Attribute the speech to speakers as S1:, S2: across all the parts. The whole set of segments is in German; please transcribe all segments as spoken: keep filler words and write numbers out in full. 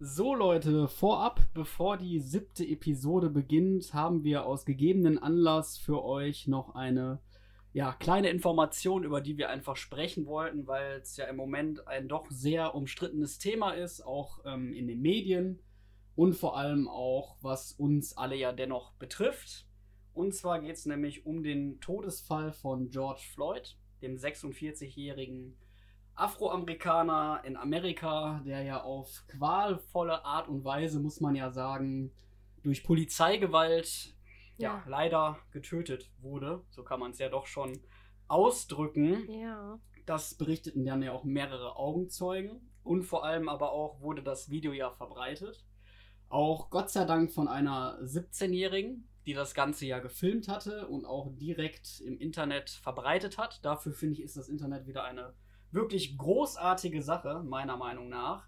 S1: So Leute, vorab, bevor die siebte Episode beginnt, haben wir aus gegebenen Anlass für euch noch eine ja, kleine Information, über die wir einfach sprechen wollten, weil es ja im Moment ein doch sehr umstrittenes Thema ist, auch ähm, in den Medien und vor allem auch, was uns alle ja dennoch betrifft. Und zwar geht es nämlich um den Todesfall von George Floyd, dem sechsundvierzigjährigen Afroamerikaner in Amerika, der ja auf qualvolle Art und Weise, muss man ja sagen, durch Polizeigewalt ja, ja leider getötet wurde. So kann man es ja doch schon ausdrücken.
S2: Ja.
S1: Das berichteten dann ja auch mehrere Augenzeugen. Und vor allem aber auch wurde das Video ja verbreitet. Auch Gott sei Dank von einer siebzehnjährigen, die das Ganze ja gefilmt hatte und auch direkt im Internet verbreitet hat. Dafür finde ich, ist das Internet wieder eine wirklich großartige Sache, meiner Meinung nach.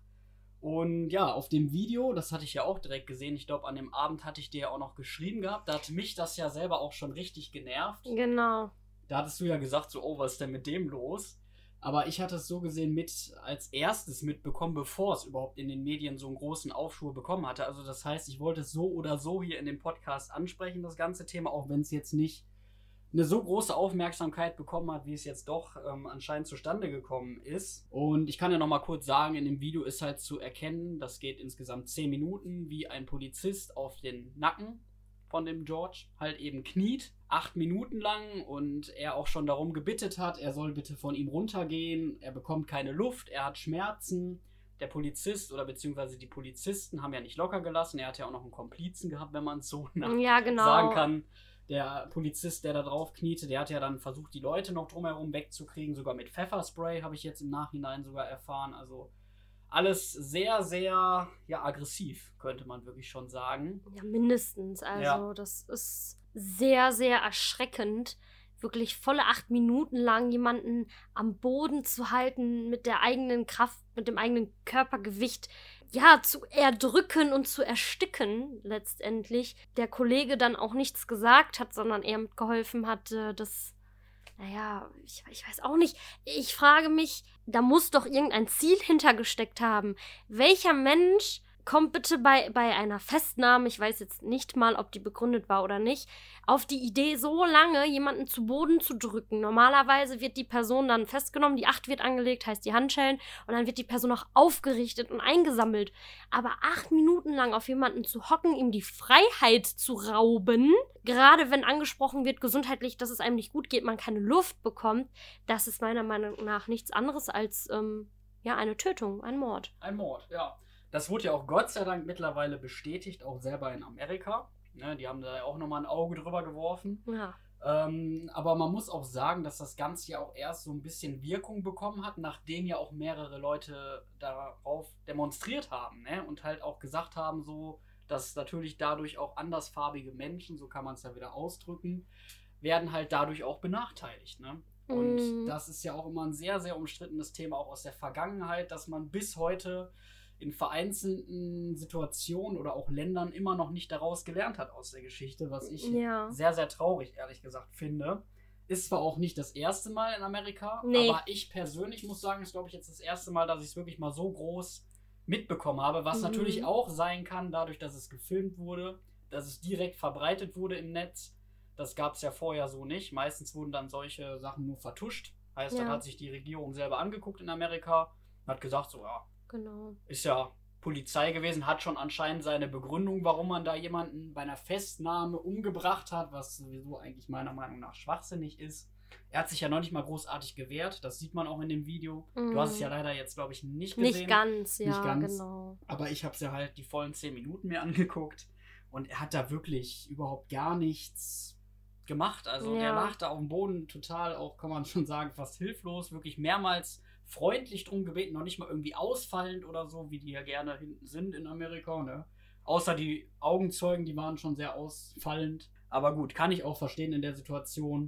S1: Und ja, auf dem Video, das hatte ich ja auch direkt gesehen, ich glaube, an dem Abend hatte ich dir ja auch noch geschrieben gehabt, da hat mich das ja selber auch schon richtig genervt.
S2: Genau.
S1: Da hattest du ja gesagt, so, oh, was ist denn mit dem los? Aber ich hatte es so gesehen mit als erstes mitbekommen, bevor es überhaupt in den Medien so einen großen Aufschwur bekommen hatte. Also das heißt, ich wollte es so oder so hier in dem Podcast ansprechen, das ganze Thema, auch wenn es jetzt nicht eine so große Aufmerksamkeit bekommen hat, wie es jetzt doch ähm, anscheinend zustande gekommen ist. Und ich kann ja noch mal kurz sagen, in dem Video ist halt zu erkennen, das geht insgesamt zehn Minuten, wie ein Polizist auf den Nacken von dem George halt eben kniet, acht Minuten lang, und er auch schon darum gebittet hat, er soll bitte von ihm runtergehen, er bekommt keine Luft, er hat Schmerzen. Der Polizist oder beziehungsweise die Polizisten haben ja nicht locker gelassen, er hat ja auch noch einen Komplizen gehabt, wenn man es so
S2: ja, genau.
S1: sagen kann. Der Polizist, der da drauf kniete, der hat ja dann versucht, die Leute noch drumherum wegzukriegen. Sogar mit Pfefferspray, habe ich jetzt im Nachhinein sogar erfahren. Also alles sehr, sehr ja, aggressiv, könnte man wirklich schon sagen.
S2: Ja, mindestens. Also
S1: ja.
S2: Das ist sehr, sehr erschreckend, wirklich volle acht Minuten lang jemanden am Boden zu halten, mit der eigenen Kraft, mit dem eigenen Körpergewicht, ja, zu erdrücken und zu ersticken, letztendlich. Der Kollege dann auch nichts gesagt hat, sondern eher mitgeholfen hat, dass, naja, ich, ich weiß auch nicht. Ich frage mich, da muss doch irgendein Ziel hintergesteckt haben. Welcher Mensch kommt bitte bei, bei einer Festnahme, ich weiß jetzt nicht mal, ob die begründet war oder nicht, auf die Idee, so lange jemanden zu Boden zu drücken. Normalerweise wird die Person dann festgenommen, die Acht wird angelegt, heißt die Handschellen, und dann wird die Person auch aufgerichtet und eingesammelt. Aber acht Minuten lang auf jemanden zu hocken, ihm die Freiheit zu rauben, gerade wenn angesprochen wird, gesundheitlich, dass es einem nicht gut geht, man keine Luft bekommt, das ist meiner Meinung nach nichts anderes als ähm, ja, eine Tötung, ein Mord.
S1: Ein Mord, ja. Das wurde ja auch Gott sei Dank mittlerweile bestätigt, auch selber in Amerika. Ne, die haben da ja auch nochmal ein Auge drüber geworfen.
S2: Ja.
S1: Ähm, aber man muss auch sagen, dass das Ganze ja auch erst so ein bisschen Wirkung bekommen hat, nachdem ja auch mehrere Leute darauf demonstriert haben. Ne? Und halt auch gesagt haben, so, dass natürlich dadurch auch andersfarbige Menschen, so kann man es ja wieder ausdrücken, werden halt dadurch auch benachteiligt. Ne? Und mm. das ist ja auch immer ein sehr, sehr umstrittenes Thema, auch aus der Vergangenheit, dass man bis heute in vereinzelten Situationen oder auch Ländern immer noch nicht daraus gelernt hat aus der Geschichte, was ich
S2: ja.
S1: sehr, sehr traurig, ehrlich gesagt, finde. Ist zwar auch nicht das erste Mal in Amerika,
S2: nee.
S1: aber ich persönlich muss sagen, ist, glaube ich, jetzt das erste Mal, dass ich es wirklich mal so groß mitbekommen habe, was mhm. natürlich auch sein kann, dadurch, dass es gefilmt wurde, dass es direkt verbreitet wurde im Netz. Das gab es ja vorher so nicht. Meistens wurden dann solche Sachen nur vertuscht. Heißt, ja. dann hat sich die Regierung selber angeguckt in Amerika und hat gesagt, so, ja,
S2: genau.
S1: ist ja Polizei gewesen, hat schon anscheinend seine Begründung, warum man da jemanden bei einer Festnahme umgebracht hat, was sowieso eigentlich meiner Meinung nach schwachsinnig ist. Er hat sich ja noch nicht mal großartig gewehrt, das sieht man auch in dem Video. Mm. Du hast es ja leider jetzt, glaube ich, nicht gesehen.
S2: Nicht ganz, ja,
S1: nicht ganz.
S2: genau.
S1: Aber ich habe es ja halt die vollen zehn Minuten mir angeguckt und er hat da wirklich überhaupt gar nichts gemacht. Also
S2: ja.
S1: der lag da auf dem Boden total, auch kann man schon sagen, fast hilflos, wirklich mehrmals freundlich drum gebeten, noch nicht mal irgendwie ausfallend oder so, wie die ja gerne hinten sind in Amerika, ne? Außer die Augenzeugen, die waren schon sehr ausfallend. Aber gut, kann ich auch verstehen in der Situation.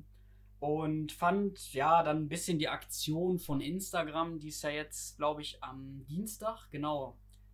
S1: Und fand, ja, dann ein bisschen die Aktion von Instagram, die ist ja jetzt, glaube ich, am Dienstag, genau,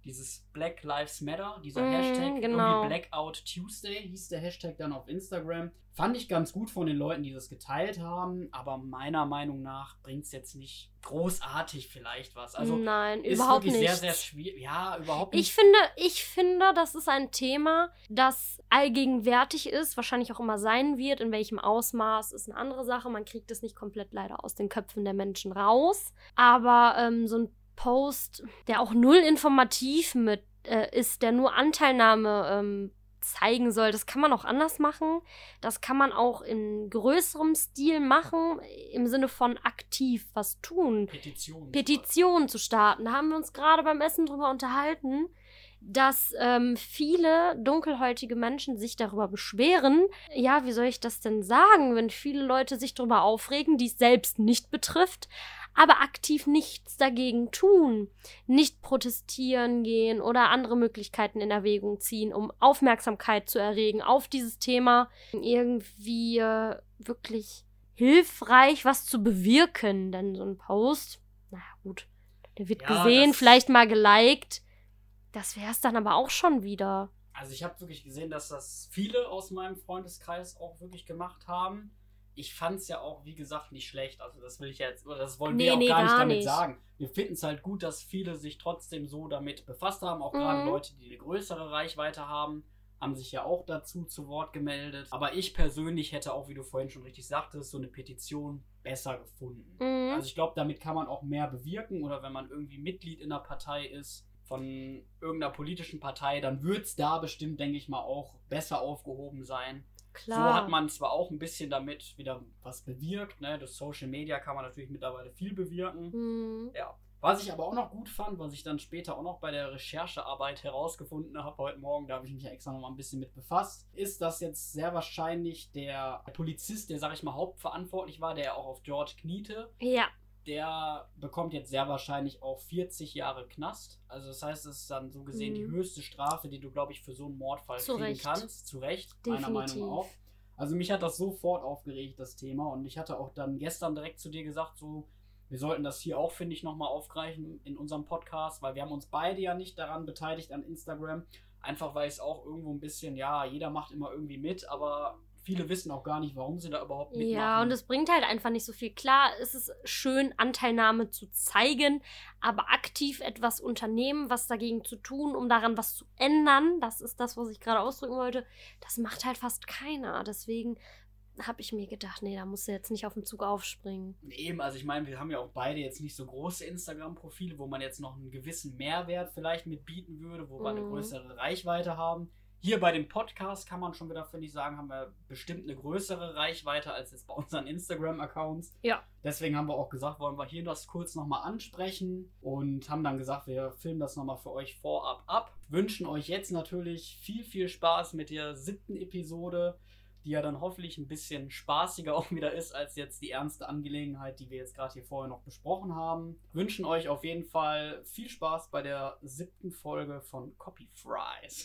S1: Dieses Black Lives Matter, dieser
S2: Mm,
S1: Hashtag,
S2: genau.
S1: irgendwie Blackout Tuesday hieß der Hashtag dann auf Instagram. Fand ich ganz gut von den Leuten, die das geteilt haben, aber meiner Meinung nach bringt es jetzt nicht großartig vielleicht was. Also
S2: Nein,
S1: ist
S2: überhaupt
S1: wirklich
S2: nicht.
S1: sehr, sehr schwierig. Ja, überhaupt nicht.
S2: Ich finde, ich finde, das ist ein Thema, das allgegenwärtig ist, wahrscheinlich auch immer sein wird. In welchem Ausmaß ist eine andere Sache. Man kriegt es nicht komplett leider aus den Köpfen der Menschen raus. Aber ähm, so ein Post, der auch null informativ mit äh, ist, der nur Anteilnahme ähm, zeigen soll, das kann man auch anders machen. Das kann man auch in größerem Stil machen, im Sinne von aktiv was tun.
S1: Petition.
S2: Petitionen zu starten. Da haben wir uns gerade beim Essen drüber unterhalten, dass ähm, viele dunkelhäutige Menschen sich darüber beschweren. Ja, wie soll ich das denn sagen, wenn viele Leute sich darüber aufregen, die es selbst nicht betrifft, aber aktiv nichts dagegen tun, nicht protestieren gehen oder andere Möglichkeiten in Erwägung ziehen, um Aufmerksamkeit zu erregen auf dieses Thema, irgendwie äh, wirklich hilfreich was zu bewirken. Denn so ein Post, naja gut, der wird
S1: Ja,
S2: gesehen,
S1: das-
S2: vielleicht mal geliked, das wäre es dann aber auch schon wieder.
S1: Also ich habe wirklich gesehen, dass das viele aus meinem Freundeskreis auch wirklich gemacht haben. Ich fand es ja auch, wie gesagt, nicht schlecht. Also das will ich ja jetzt, oder das wollen
S2: Nee,
S1: wir auch
S2: nee,
S1: gar nicht
S2: gar
S1: damit
S2: nicht.
S1: sagen. Wir finden es halt gut, dass viele sich trotzdem so damit befasst haben. Auch gerade
S2: Mhm.
S1: Leute, die eine größere Reichweite haben, haben sich ja auch dazu zu Wort gemeldet. Aber ich persönlich hätte auch, wie du vorhin schon richtig sagtest, so eine Petition besser gefunden.
S2: Mhm.
S1: Also ich glaube, damit kann man auch mehr bewirken. Oder wenn man irgendwie Mitglied in einer Partei ist, von irgendeiner politischen Partei, dann wird es da bestimmt, denke ich mal, auch besser aufgehoben sein.
S2: Klar.
S1: So hat man zwar auch ein bisschen damit wieder was bewirkt, ne? Durch Social Media kann man natürlich mittlerweile viel bewirken.
S2: Mhm.
S1: Ja. Was ich aber auch noch gut fand, was ich dann später auch noch bei der Recherchearbeit herausgefunden habe, heute Morgen, da habe ich mich ja extra noch mal ein bisschen mit befasst, ist, dass jetzt sehr wahrscheinlich der Polizist, der, sag ich mal, hauptverantwortlich war, der auch auf George kniete,
S2: Ja.
S1: der bekommt jetzt sehr wahrscheinlich auch vierzig Jahre Knast. Also das heißt, es ist dann so gesehen
S2: Mhm.
S1: die höchste Strafe, die du, glaube ich, für so einen Mordfall
S2: Zu
S1: kriegen
S2: Recht.
S1: kannst. Zu Recht, meiner
S2: Definitiv.
S1: Meinung nach auch. Also mich hat das sofort aufgeregt, das Thema. Und ich hatte auch dann gestern direkt zu dir gesagt, so, wir sollten das hier auch, finde ich, nochmal aufgreifen in unserem Podcast, weil wir haben uns beide ja nicht daran beteiligt an Instagram. Einfach weil es auch irgendwo ein bisschen, ja, jeder macht immer irgendwie mit, aber viele wissen auch gar nicht, warum sie da überhaupt mitmachen.
S2: Ja, und es bringt halt einfach nicht so viel. Klar, es ist schön, Anteilnahme zu zeigen, aber aktiv etwas unternehmen, was dagegen zu tun, um daran was zu ändern, das ist das, was ich gerade ausdrücken wollte, das macht halt fast keiner. Deswegen habe ich mir gedacht, nee, da musst du jetzt nicht auf den Zug aufspringen.
S1: Eben, also ich meine, wir haben ja auch beide jetzt nicht so große Instagram-Profile, wo man jetzt noch einen gewissen Mehrwert vielleicht mit bieten würde, wo wir eine
S2: Mhm.
S1: größere Reichweite haben. Hier bei dem Podcast kann man schon wieder, finde ich, sagen, haben wir bestimmt eine größere Reichweite als jetzt bei unseren Instagram-Accounts.
S2: Ja.
S1: Deswegen haben wir auch gesagt, wollen wir hier das kurz nochmal ansprechen und haben dann gesagt, wir filmen das nochmal für euch vorab ab. Wünschen euch jetzt natürlich viel, viel Spaß mit der siebten Episode, die ja dann hoffentlich ein bisschen spaßiger auch wieder ist, als jetzt die ernste Angelegenheit, die wir jetzt gerade hier vorher noch besprochen haben. Wünschen euch auf jeden Fall viel Spaß bei der siebten Folge von Copy Fries.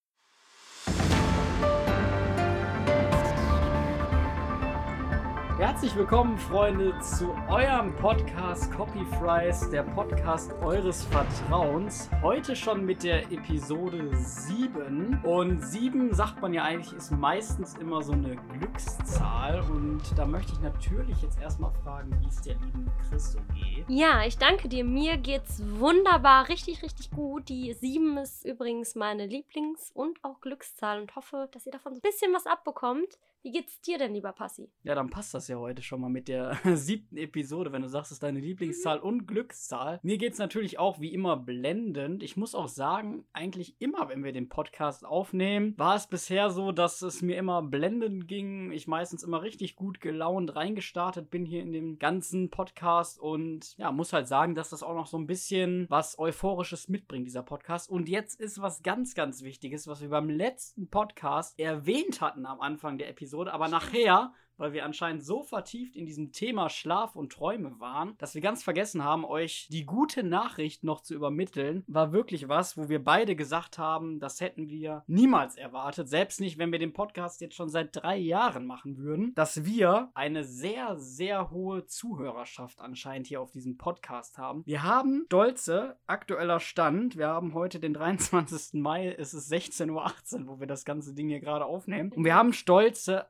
S1: Herzlich willkommen, Freunde, zu eurem Podcast Copy Fries, der Podcast eures Vertrauens. Heute schon mit der Episode sieben. Und sieben, sagt man ja eigentlich, ist meistens immer so eine Glückszahl. Und da möchte ich natürlich jetzt erstmal fragen, wie es der lieben Chris so geht.
S2: Ja, ich danke dir. Mir geht's wunderbar, richtig, richtig gut. Die sieben ist übrigens meine Lieblings- und auch Glückszahl und hoffe, dass ihr davon so ein bisschen was abbekommt. Wie geht's dir denn, lieber Passi?
S1: Ja, dann passt das ja heute schon mal mit der siebten Episode, wenn du sagst, es ist deine Lieblingszahl und Glückszahl. Mir geht's natürlich auch wie immer blendend. Ich muss auch sagen, eigentlich immer, wenn wir den Podcast aufnehmen, war es bisher so, dass es mir immer blendend ging. Ich meistens immer richtig gut gelaunt reingestartet bin hier in dem ganzen Podcast und ja, muss halt sagen, dass das auch noch so ein bisschen was Euphorisches mitbringt, dieser Podcast. Und jetzt ist was ganz, ganz Wichtiges, was wir beim letzten Podcast erwähnt hatten am Anfang der Episode, aber nachher weil wir anscheinend so vertieft in diesem Thema Schlaf und Träume waren, dass wir ganz vergessen haben, euch die gute Nachricht noch zu übermitteln. War wirklich was, wo wir beide gesagt haben, das hätten wir niemals erwartet, selbst nicht, wenn wir den Podcast jetzt schon seit drei Jahren machen würden, dass wir eine sehr, sehr hohe Zuhörerschaft anscheinend hier auf diesem Podcast haben. Wir haben stolze, aktueller Stand, wir haben heute den dreiundzwanzigsten Mai, es ist sechzehn Uhr achtzehn, wo wir das ganze Ding hier gerade aufnehmen. Und wir haben stolze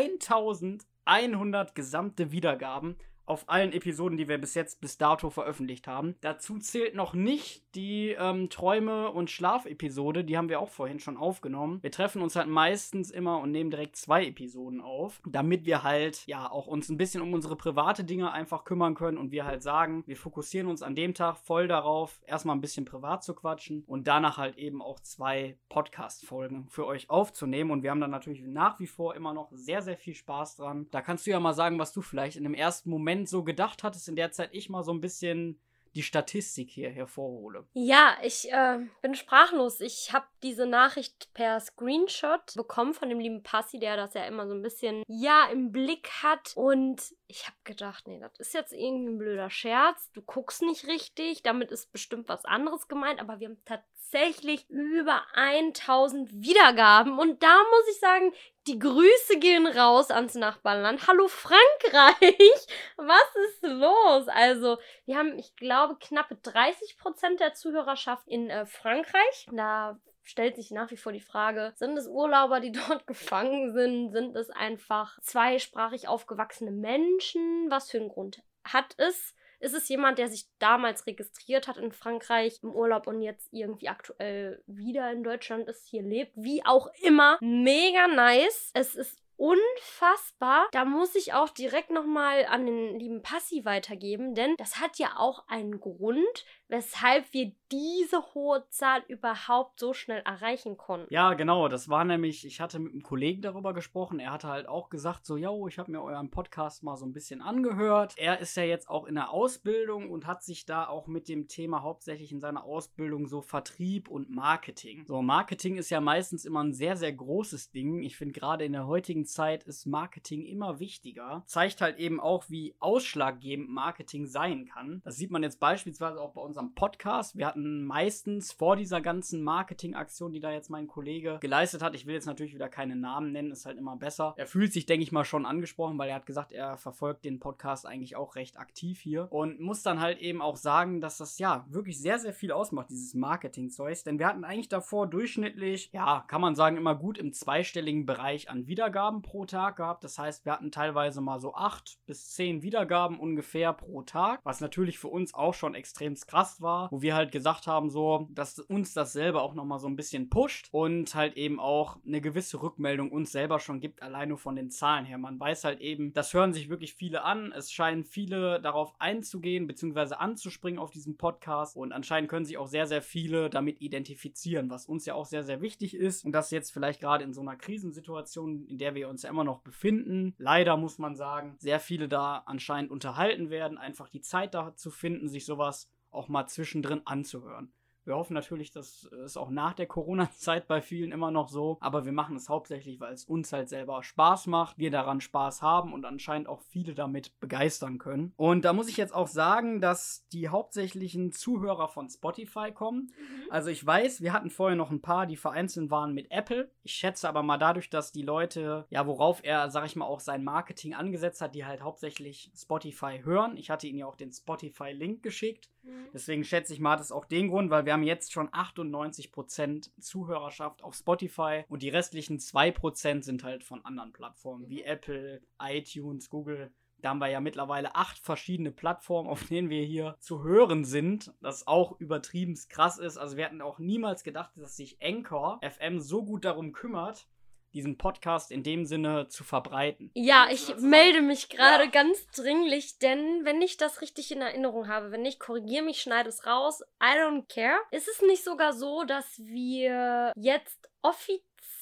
S1: elfhundert gesamte Wiedergaben auf allen Episoden, die wir bis jetzt bis dato veröffentlicht haben. Dazu zählt noch nicht die ähm, Träume- und Schlafepisode, die haben wir auch vorhin schon aufgenommen. Wir treffen uns halt meistens immer und nehmen direkt zwei Episoden auf, damit wir halt, ja, auch uns ein bisschen um unsere private Dinge einfach kümmern können und wir halt sagen, wir fokussieren uns an dem Tag voll darauf, erstmal ein bisschen privat zu quatschen und danach halt eben auch zwei Podcast-Folgen für euch aufzunehmen und wir haben dann natürlich nach wie vor immer noch sehr, sehr viel Spaß dran. Da kannst du ja mal sagen, was du vielleicht in dem ersten Moment so gedacht hattest, in der Zeit ich mal so ein bisschen die Statistik hier hervorhole.
S2: Ja, ich äh, bin sprachlos. Ich habe diese Nachricht per Screenshot bekommen von dem lieben Passi, der das ja immer so ein bisschen, ja, im Blick hat. Und ich habe gedacht, nee, das ist jetzt irgendein blöder Scherz. Du guckst nicht richtig. Damit ist bestimmt was anderes gemeint. Aber wir haben tatsächlich über tausend Wiedergaben. Und da muss ich sagen, die Grüße gehen raus ans Nachbarland. Hallo Frankreich! Was ist los? Also, wir haben, ich glaube, knappe dreißig Prozent der Zuhörerschaft in äh, Frankreich. Da stellt sich nach wie vor die Frage, sind es Urlauber, die dort gefangen sind? Sind es einfach zweisprachig aufgewachsene Menschen? Was für einen Grund hat es? Ist es jemand, der sich damals registriert hat in Frankreich im Urlaub und jetzt irgendwie aktuell wieder in Deutschland ist, hier lebt? Wie auch immer. Mega nice. Es ist unfassbar. Da muss ich auch direkt nochmal an den lieben Passi weitergeben, denn das hat ja auch einen Grund, weshalb wir diese hohe Zahl überhaupt so schnell erreichen konnten.
S1: Ja, genau, das war nämlich, ich hatte mit einem Kollegen darüber gesprochen, er hatte halt auch gesagt, so, yo, ich habe mir euren Podcast mal so ein bisschen angehört. Er ist ja jetzt auch in der Ausbildung und hat sich da auch mit dem Thema hauptsächlich in seiner Ausbildung so Vertrieb und Marketing. So, Marketing ist ja meistens immer ein sehr, sehr großes Ding. Ich finde, gerade in der heutigen Zeit ist Marketing immer wichtiger. Zeigt halt eben auch, wie ausschlaggebend Marketing sein kann. Das sieht man jetzt beispielsweise auch bei unserem Podcast. Wir hatten meistens vor dieser ganzen Marketingaktion, die da jetzt mein Kollege geleistet hat, ich will jetzt natürlich wieder keine Namen nennen, ist halt immer besser. Er fühlt sich, denke ich mal, schon angesprochen, weil er hat gesagt, er verfolgt den Podcast eigentlich auch recht aktiv hier und muss dann halt eben auch sagen, dass das ja wirklich sehr, sehr viel ausmacht, dieses Marketing-Zeugs, denn wir hatten eigentlich davor durchschnittlich, ja, kann man sagen, immer gut im zweistelligen Bereich an Wiedergaben pro Tag gehabt. Das heißt, wir hatten teilweise mal so acht bis zehn Wiedergaben ungefähr pro Tag, was natürlich für uns auch schon extrem krass war, wo wir halt gesagt haben, so, dass uns das selber auch nochmal so ein bisschen pusht und halt eben auch eine gewisse Rückmeldung uns selber schon gibt, allein nur von den Zahlen her. Man weiß halt eben, das hören sich wirklich viele an, es scheinen viele darauf einzugehen, beziehungsweise anzuspringen auf diesen Podcast und anscheinend können sich auch sehr, sehr viele damit identifizieren, was uns ja auch sehr, sehr wichtig ist und das jetzt vielleicht gerade in so einer Krisensituation, in der wir uns ja immer noch befinden, leider muss man sagen, sehr viele da anscheinend unterhalten werden, einfach die Zeit da zu finden, sich sowas auch mal zwischendrin anzuhören. Wir hoffen natürlich, das ist auch nach der Corona-Zeit bei vielen immer noch so, aber wir machen es hauptsächlich, weil es uns halt selber Spaß macht, wir daran Spaß haben und anscheinend auch viele damit begeistern können. Und da muss ich jetzt auch sagen, dass die hauptsächlichen Zuhörer von Spotify kommen. Mhm. Also ich weiß, wir hatten vorher noch ein paar, die vereinzelt waren mit Apple. Ich schätze aber mal dadurch, dass die Leute, ja, worauf er, sag ich mal, auch sein Marketing angesetzt hat, die halt hauptsächlich Spotify hören. Ich hatte ihnen ja auch den Spotify-Link geschickt. Mhm. Deswegen schätze ich mal, hat es auch den Grund, weil wir haben jetzt schon achtundneunzig Prozent Zuhörerschaft auf Spotify und die restlichen zwei Prozent sind halt von anderen Plattformen wie Apple, iTunes, Google. Da haben wir ja mittlerweile acht verschiedene Plattformen, auf denen wir hier zu hören sind, das auch übertrieben krass ist. Also wir hatten auch niemals gedacht, dass sich Anchor F M so gut darum kümmert, diesen Podcast in dem Sinne zu verbreiten.
S2: Ja, ich melde mich gerade ja. ganz dringlich, denn wenn ich das richtig in Erinnerung habe, wenn nicht, korrigiere mich, schneide es raus, I don't care. Ist es nicht sogar so, dass wir jetzt offiziell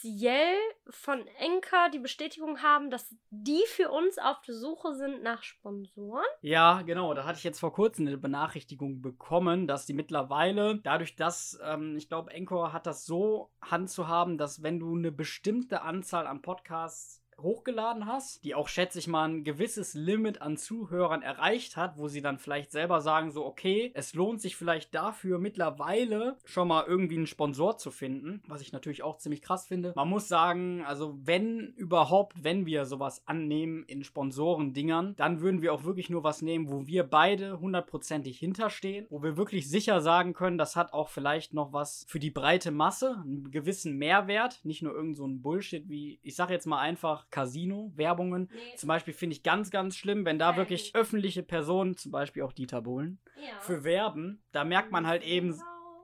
S2: von Anchor die Bestätigung haben, dass die für uns auf der Suche sind nach Sponsoren?
S1: Ja, genau. Da hatte ich jetzt vor kurzem eine Benachrichtigung bekommen, dass die mittlerweile, dadurch, dass, ähm, ich glaube, Anchor hat das so handzuhaben, dass wenn du eine bestimmte Anzahl an Podcasts hochgeladen hast, die auch, schätze ich mal, ein gewisses Limit an Zuhörern erreicht hat, wo sie dann vielleicht selber sagen, so okay, es lohnt sich vielleicht dafür mittlerweile schon mal irgendwie einen Sponsor zu finden, was ich natürlich auch ziemlich krass finde. Man muss sagen, also wenn überhaupt, wenn wir sowas annehmen in Sponsorendingern, dann würden wir auch wirklich nur was nehmen, wo wir beide hundertprozentig hinterstehen, wo wir wirklich sicher sagen können, das hat auch vielleicht noch was für die breite Masse, einen gewissen Mehrwert, nicht nur irgend so ein Bullshit wie, ich sag jetzt mal einfach Casino-Werbungen. Nee. Zum Beispiel finde ich ganz, ganz schlimm, wenn da ja, wirklich okay. öffentliche Personen, zum Beispiel auch Dieter Bohlen, ja. für werben. Da merkt man halt eben,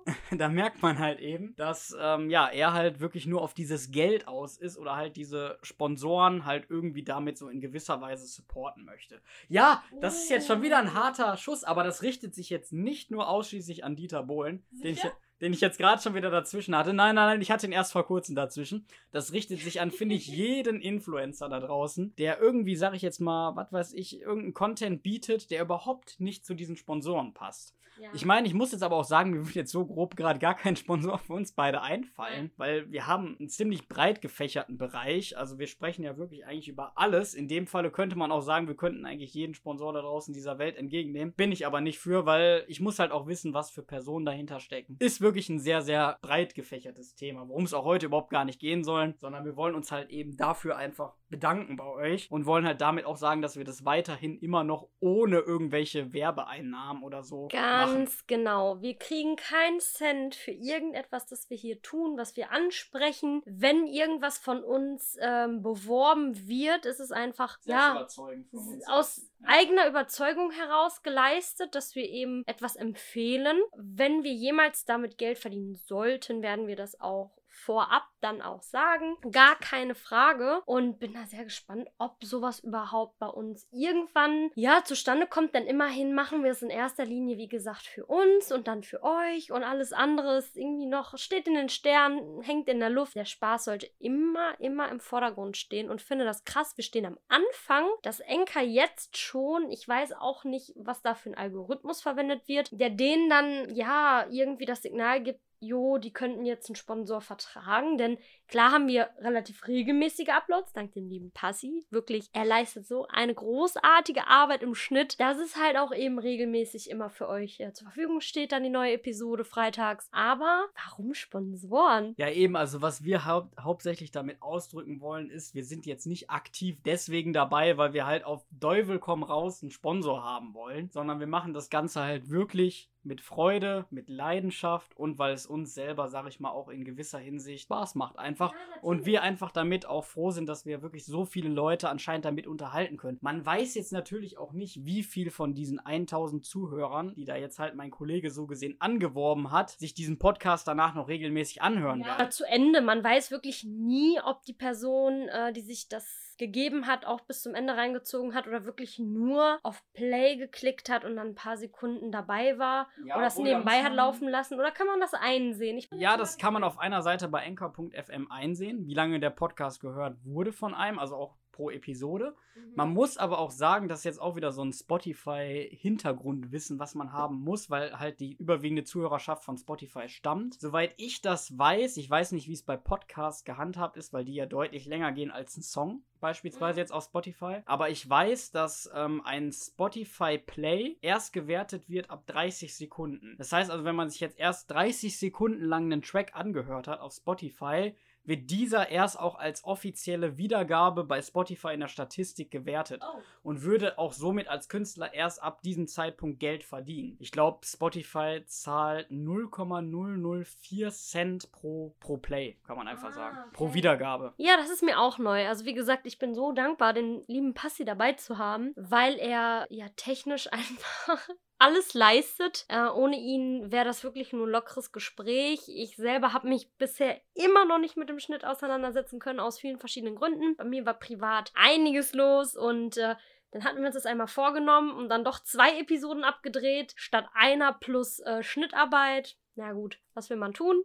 S1: da merkt man halt eben, dass ähm, ja, er halt wirklich nur auf dieses Geld aus ist oder halt diese Sponsoren halt irgendwie damit so in gewisser Weise supporten möchte. Ja, das ist jetzt schon wieder ein harter Schuss, aber das richtet sich jetzt nicht nur ausschließlich an Dieter Bohlen, den ich, den ich jetzt gerade schon wieder dazwischen hatte. Nein, nein, nein, ich hatte ihn erst vor kurzem dazwischen. Das richtet sich an, finde ich, jeden Influencer da draußen, der irgendwie, sag ich jetzt mal, was weiß ich, irgendeinen Content bietet, der überhaupt nicht zu diesen Sponsoren passt. Ja. Ich meine, ich muss jetzt aber auch sagen, mir wird jetzt so grob gerade gar kein Sponsor für uns beide einfallen, ja. weil wir haben einen ziemlich breit gefächerten Bereich. Also wir sprechen ja wirklich eigentlich über alles. In dem Falle könnte man auch sagen, wir könnten eigentlich jeden Sponsor da draußen dieser Welt entgegennehmen. Bin ich aber nicht für, weil ich muss halt auch wissen, was für Personen dahinter stecken. Ist wirklich ein sehr, sehr breit gefächertes Thema, worum es auch heute überhaupt gar nicht gehen soll, sondern wir wollen uns halt eben dafür einfach bedanken bei euch und wollen halt damit auch sagen, dass wir das weiterhin immer noch ohne irgendwelche Werbeeinnahmen oder so
S2: Ganz
S1: machen.
S2: genau. Wir kriegen keinen Cent für irgendetwas, das wir hier tun, was wir ansprechen. Wenn irgendwas von uns ähm, beworben wird, ist es einfach ja,
S1: von uns
S2: aus ja. eigener Überzeugung heraus geleistet, dass wir eben etwas empfehlen. Wenn wir jemals damit Geld verdienen sollten, werden wir das auch vorab dann auch sagen. Gar keine Frage. Und bin da sehr gespannt, ob sowas überhaupt bei uns irgendwann ja zustande kommt. Denn immerhin machen wir es in erster Linie, wie gesagt, für uns und dann für euch. Und alles andere ist irgendwie noch, steht in den Sternen, hängt in der Luft. Der Spaß sollte immer, immer im Vordergrund stehen. Und finde das krass. Wir stehen am Anfang. Das Anchor jetzt schon. Ich weiß auch nicht, was da für ein Algorithmus verwendet wird, der denen dann ja irgendwie das Signal gibt, jo, die könnten jetzt einen Sponsor vertragen, denn klar haben wir relativ regelmäßige Uploads, dank dem lieben Passi. Wirklich, er leistet so eine großartige Arbeit im Schnitt, dass es halt auch eben regelmäßig immer für euch äh, zur Verfügung steht, dann die neue Episode freitags. Aber warum Sponsoren?
S1: Ja eben, also was wir hau- hauptsächlich damit ausdrücken wollen, ist, wir sind jetzt nicht aktiv deswegen dabei, weil wir halt auf Teufel komm raus einen Sponsor haben wollen, sondern wir machen das Ganze halt wirklich mit Freude, mit Leidenschaft und weil es uns selber, sag ich mal, auch in gewisser Hinsicht Spaß macht einfach. Ja, und wir einfach damit auch froh sind, dass wir wirklich so viele Leute anscheinend damit unterhalten können. Man weiß jetzt natürlich auch nicht, wie viel von diesen tausend Zuhörern, die da jetzt halt mein Kollege so gesehen angeworben hat, sich diesen Podcast danach noch regelmäßig anhören
S2: ja.
S1: werden.
S2: Zu Ende. Man weiß wirklich nie, ob die Person, äh, die sich das gegeben hat, auch bis zum Ende reingezogen hat oder wirklich nur auf Play geklickt hat und dann ein paar Sekunden dabei war ja, oder es nebenbei hat laufen lassen. Oder kann man das einsehen? Ich
S1: ja, das kann man auf einer Seite bei anchor punkt f m einsehen, wie lange der Podcast gehört wurde von einem, also auch pro Episode. Mhm. Man muss aber auch sagen, das ist jetzt auch wieder so ein Spotify-Hintergrundwissen, was man haben muss, weil halt die überwiegende Zuhörerschaft von Spotify stammt. Soweit ich das weiß, ich weiß nicht, wie es bei Podcasts gehandhabt ist, weil die ja deutlich länger gehen als ein Song, beispielsweise jetzt auf Spotify. Aber ich weiß, dass ähm, ein Spotify Play erst gewertet wird ab dreißig Sekunden. Das heißt also, wenn man sich jetzt erst dreißig Sekunden lang einen Track angehört hat auf Spotify, wird dieser erst auch als offizielle Wiedergabe bei Spotify in der Statistik gewertet oh. und würde auch somit als Künstler erst ab diesem Zeitpunkt Geld verdienen. Ich glaube, Spotify zahlt null Komma null null vier Cent pro, pro Play, kann man einfach ah, sagen. Okay. Pro Wiedergabe.
S2: Ja, das ist mir auch neu. Also wie gesagt, ich bin so dankbar, den lieben Passi dabei zu haben, weil er ja technisch einfach alles leistet. Äh, ohne ihn wäre das wirklich nur ein lockeres Gespräch. Ich selber habe mich bisher immer noch nicht mit dem Schnitt auseinandersetzen können, aus vielen verschiedenen Gründen. Bei mir war privat einiges los und äh, dann hatten wir uns das einmal vorgenommen und dann doch zwei Episoden abgedreht, statt einer plus äh, Schnittarbeit. Na gut, was will man tun?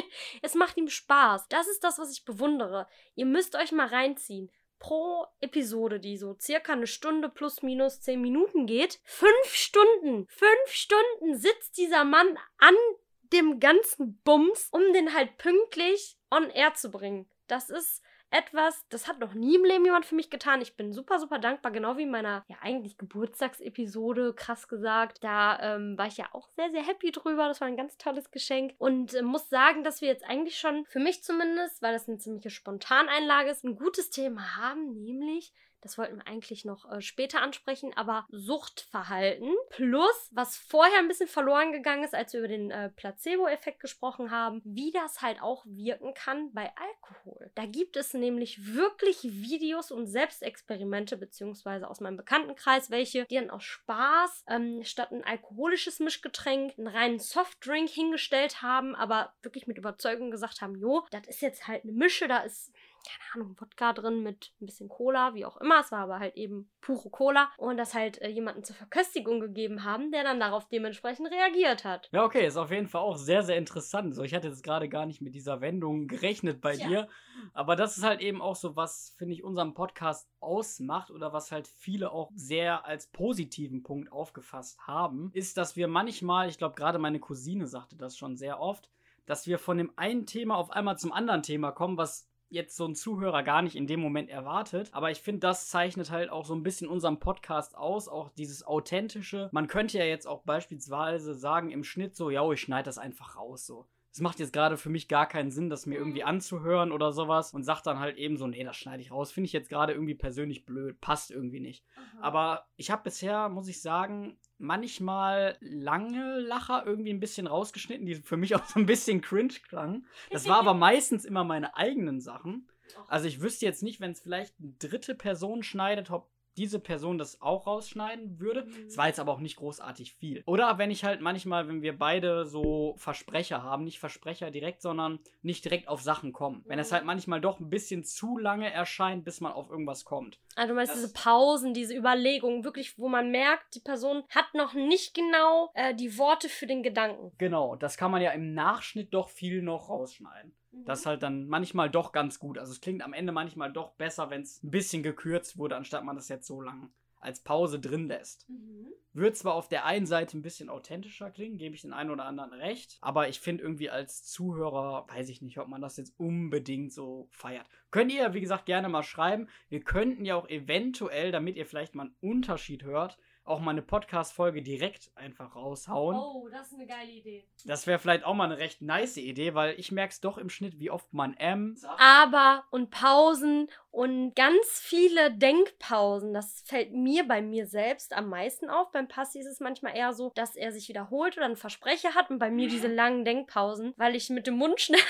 S2: Es macht ihm Spaß. Das ist das, was ich bewundere. Ihr müsst euch mal reinziehen. Pro Episode, die so circa eine Stunde plus minus zehn Minuten geht, fünf Stunden, fünf Stunden sitzt dieser Mann an dem ganzen Bums, um den halt pünktlich on air zu bringen. Das ist etwas, das hat noch nie im Leben jemand für mich getan. Ich bin super, super dankbar, genau wie in meiner, ja eigentlich Geburtstagsepisode, krass gesagt. Da ähm, war ich ja auch sehr, sehr happy drüber. Das war ein ganz tolles Geschenk und äh, muss sagen, dass wir jetzt eigentlich schon, für mich zumindest, weil das eine ziemliche Spontaneinlage ist, ein gutes Thema haben, nämlich... Das wollten wir eigentlich noch äh, später ansprechen, aber Suchtverhalten plus, was vorher ein bisschen verloren gegangen ist, als wir über den äh, Placebo-Effekt gesprochen haben, wie das halt auch wirken kann bei Alkohol. Da gibt es nämlich wirklich Videos und Selbstexperimente, beziehungsweise aus meinem Bekanntenkreis, welche, die dann aus Spaß ähm, statt ein alkoholisches Mischgetränk einen reinen Softdrink hingestellt haben, aber wirklich mit Überzeugung gesagt haben, jo, das ist jetzt halt eine Mische, da ist... keine Ahnung, Wodka drin mit ein bisschen Cola, wie auch immer. Es war aber halt eben pure Cola. Und das halt äh, jemanden zur Verköstigung gegeben haben, der dann darauf dementsprechend reagiert hat.
S1: Ja, okay, ist auf jeden Fall auch sehr, sehr interessant. So, ich hatte jetzt gerade gar nicht mit dieser Wendung gerechnet bei
S2: Tja.
S1: dir. Aber das ist halt eben auch so, was, finde ich, unseren Podcast ausmacht oder was halt viele auch sehr als positiven Punkt aufgefasst haben, ist, dass wir manchmal, ich glaube, gerade meine Cousine sagte das schon sehr oft, dass wir von dem einen Thema auf einmal zum anderen Thema kommen, was jetzt so ein Zuhörer gar nicht in dem Moment erwartet. Aber ich finde, das zeichnet halt auch so ein bisschen unseren Podcast aus, auch dieses Authentische. Man könnte ja jetzt auch beispielsweise sagen im Schnitt so, ja, ich schneide das einfach raus so. Es macht jetzt gerade für mich gar keinen Sinn, das mir irgendwie anzuhören oder sowas und sagt dann halt eben so, nee, das schneide ich raus. Finde ich jetzt gerade irgendwie persönlich blöd, passt irgendwie nicht. Aha. Aber ich habe bisher, muss ich sagen, manchmal lange Lacher irgendwie ein bisschen rausgeschnitten, die für mich auch so ein bisschen cringe klangen. Das war aber meistens immer meine eigenen Sachen. Also ich wüsste jetzt nicht, wenn es vielleicht eine dritte Person schneidet, ob diese Person das auch rausschneiden würde. Es mhm. war jetzt aber auch nicht großartig viel. Oder wenn ich halt manchmal, wenn wir beide so Versprecher haben, nicht Versprecher direkt, sondern nicht direkt auf Sachen kommen. Wenn es halt manchmal doch ein bisschen zu lange erscheint, bis man auf irgendwas kommt.
S2: Also du meinst das diese Pausen, diese Überlegungen, wirklich, wo man merkt, die Person hat noch nicht genau äh, die Worte für den Gedanken.
S1: Genau, das kann man ja im Nachschnitt doch viel noch rausschneiden. Das ist halt dann manchmal doch ganz gut. Also es klingt am Ende manchmal doch besser, wenn es ein bisschen gekürzt wurde, anstatt man das jetzt so lang als Pause drin lässt. Mhm. Wird zwar auf der einen Seite ein bisschen authentischer klingen, gebe ich den einen oder anderen recht, aber ich finde irgendwie als Zuhörer, weiß ich nicht, ob man das jetzt unbedingt so feiert. Könnt ihr, wie gesagt, gerne mal schreiben. Wir könnten ja auch eventuell, damit ihr vielleicht mal einen Unterschied hört, auch mal eine Podcast-Folge direkt einfach raushauen.
S2: Oh, das ist eine geile Idee.
S1: Das wäre vielleicht auch mal eine recht nice Idee, weil ich merke es doch im Schnitt, wie oft man M sagt.
S2: Aber und Pausen und ganz viele Denkpausen. Das fällt mir bei mir selbst am meisten auf. Beim Passi ist es manchmal eher so, dass er sich wiederholt oder einen Versprecher hat und bei mir diese langen Denkpausen, weil ich mit dem Mund schneller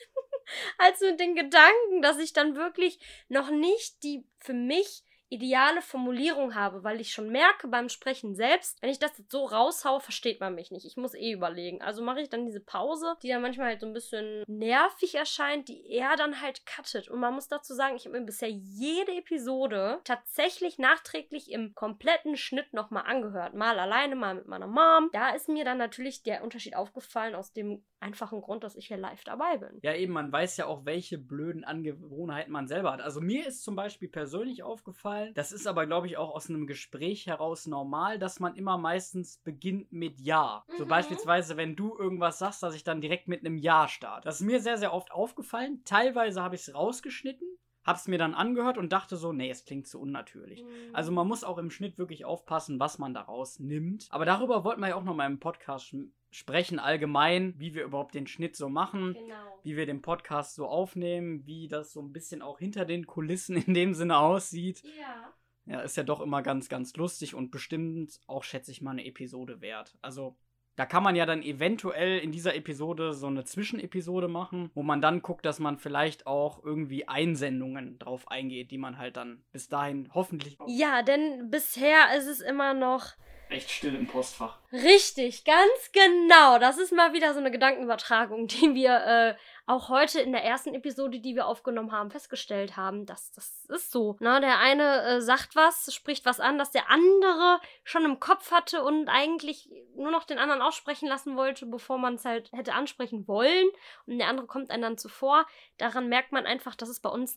S2: als mit den Gedanken, dass ich dann wirklich noch nicht die für mich ideale Formulierung habe, weil ich schon merke beim Sprechen selbst, wenn ich das jetzt so raushaue, versteht man mich nicht. Ich muss eh überlegen. Also mache ich dann diese Pause, die dann manchmal halt so ein bisschen nervig erscheint, die er dann halt cuttet. Und man muss dazu sagen, ich habe mir bisher jede Episode tatsächlich nachträglich im kompletten Schnitt nochmal angehört. Mal alleine, mal mit meiner Mom. Da ist mir dann natürlich der Unterschied aufgefallen aus dem einfachen Grund, dass ich hier live dabei bin.
S1: Ja, eben, man weiß ja auch, welche blöden Angewohnheiten man selber hat. Also mir ist zum Beispiel persönlich aufgefallen, das ist aber, glaube ich, auch aus einem Gespräch heraus normal, dass man immer meistens beginnt mit Ja. Mhm. So beispielsweise, wenn du irgendwas sagst, dass ich dann direkt mit einem Ja starte. Das ist mir sehr, sehr oft aufgefallen. Teilweise habe ich es rausgeschnitten, hab's mir dann angehört und dachte so, nee, es klingt zu unnatürlich. Mhm. Also man muss auch im Schnitt wirklich aufpassen, was man daraus nimmt. Aber darüber wollten wir ja auch noch mal im Podcast sprechen, allgemein, wie wir überhaupt den Schnitt so machen, genau. Wie wir den Podcast so aufnehmen, wie das so ein bisschen auch hinter den Kulissen in dem Sinne aussieht.
S2: Ja.
S1: Ja, ist ja doch immer ganz, ganz lustig und bestimmt auch, schätze ich mal, eine Episode wert. Also da kann man ja dann eventuell in dieser Episode so eine Zwischenepisode machen, wo man dann guckt, dass man vielleicht auch irgendwie Einsendungen drauf eingeht, die man halt dann bis dahin hoffentlich...
S2: Ja, denn bisher ist es immer noch...
S1: recht still im Postfach.
S2: Richtig, ganz genau. Das ist mal wieder so eine Gedankenübertragung, die wir äh, auch heute in der ersten Episode, die wir aufgenommen haben, festgestellt haben. Das, das ist so. Na, der eine äh, sagt was, spricht was an, das der andere schon im Kopf hatte und eigentlich nur noch den anderen aussprechen lassen wollte, bevor man es halt hätte ansprechen wollen. Und der andere kommt einem dann zuvor. Daran merkt man einfach, dass es bei uns ein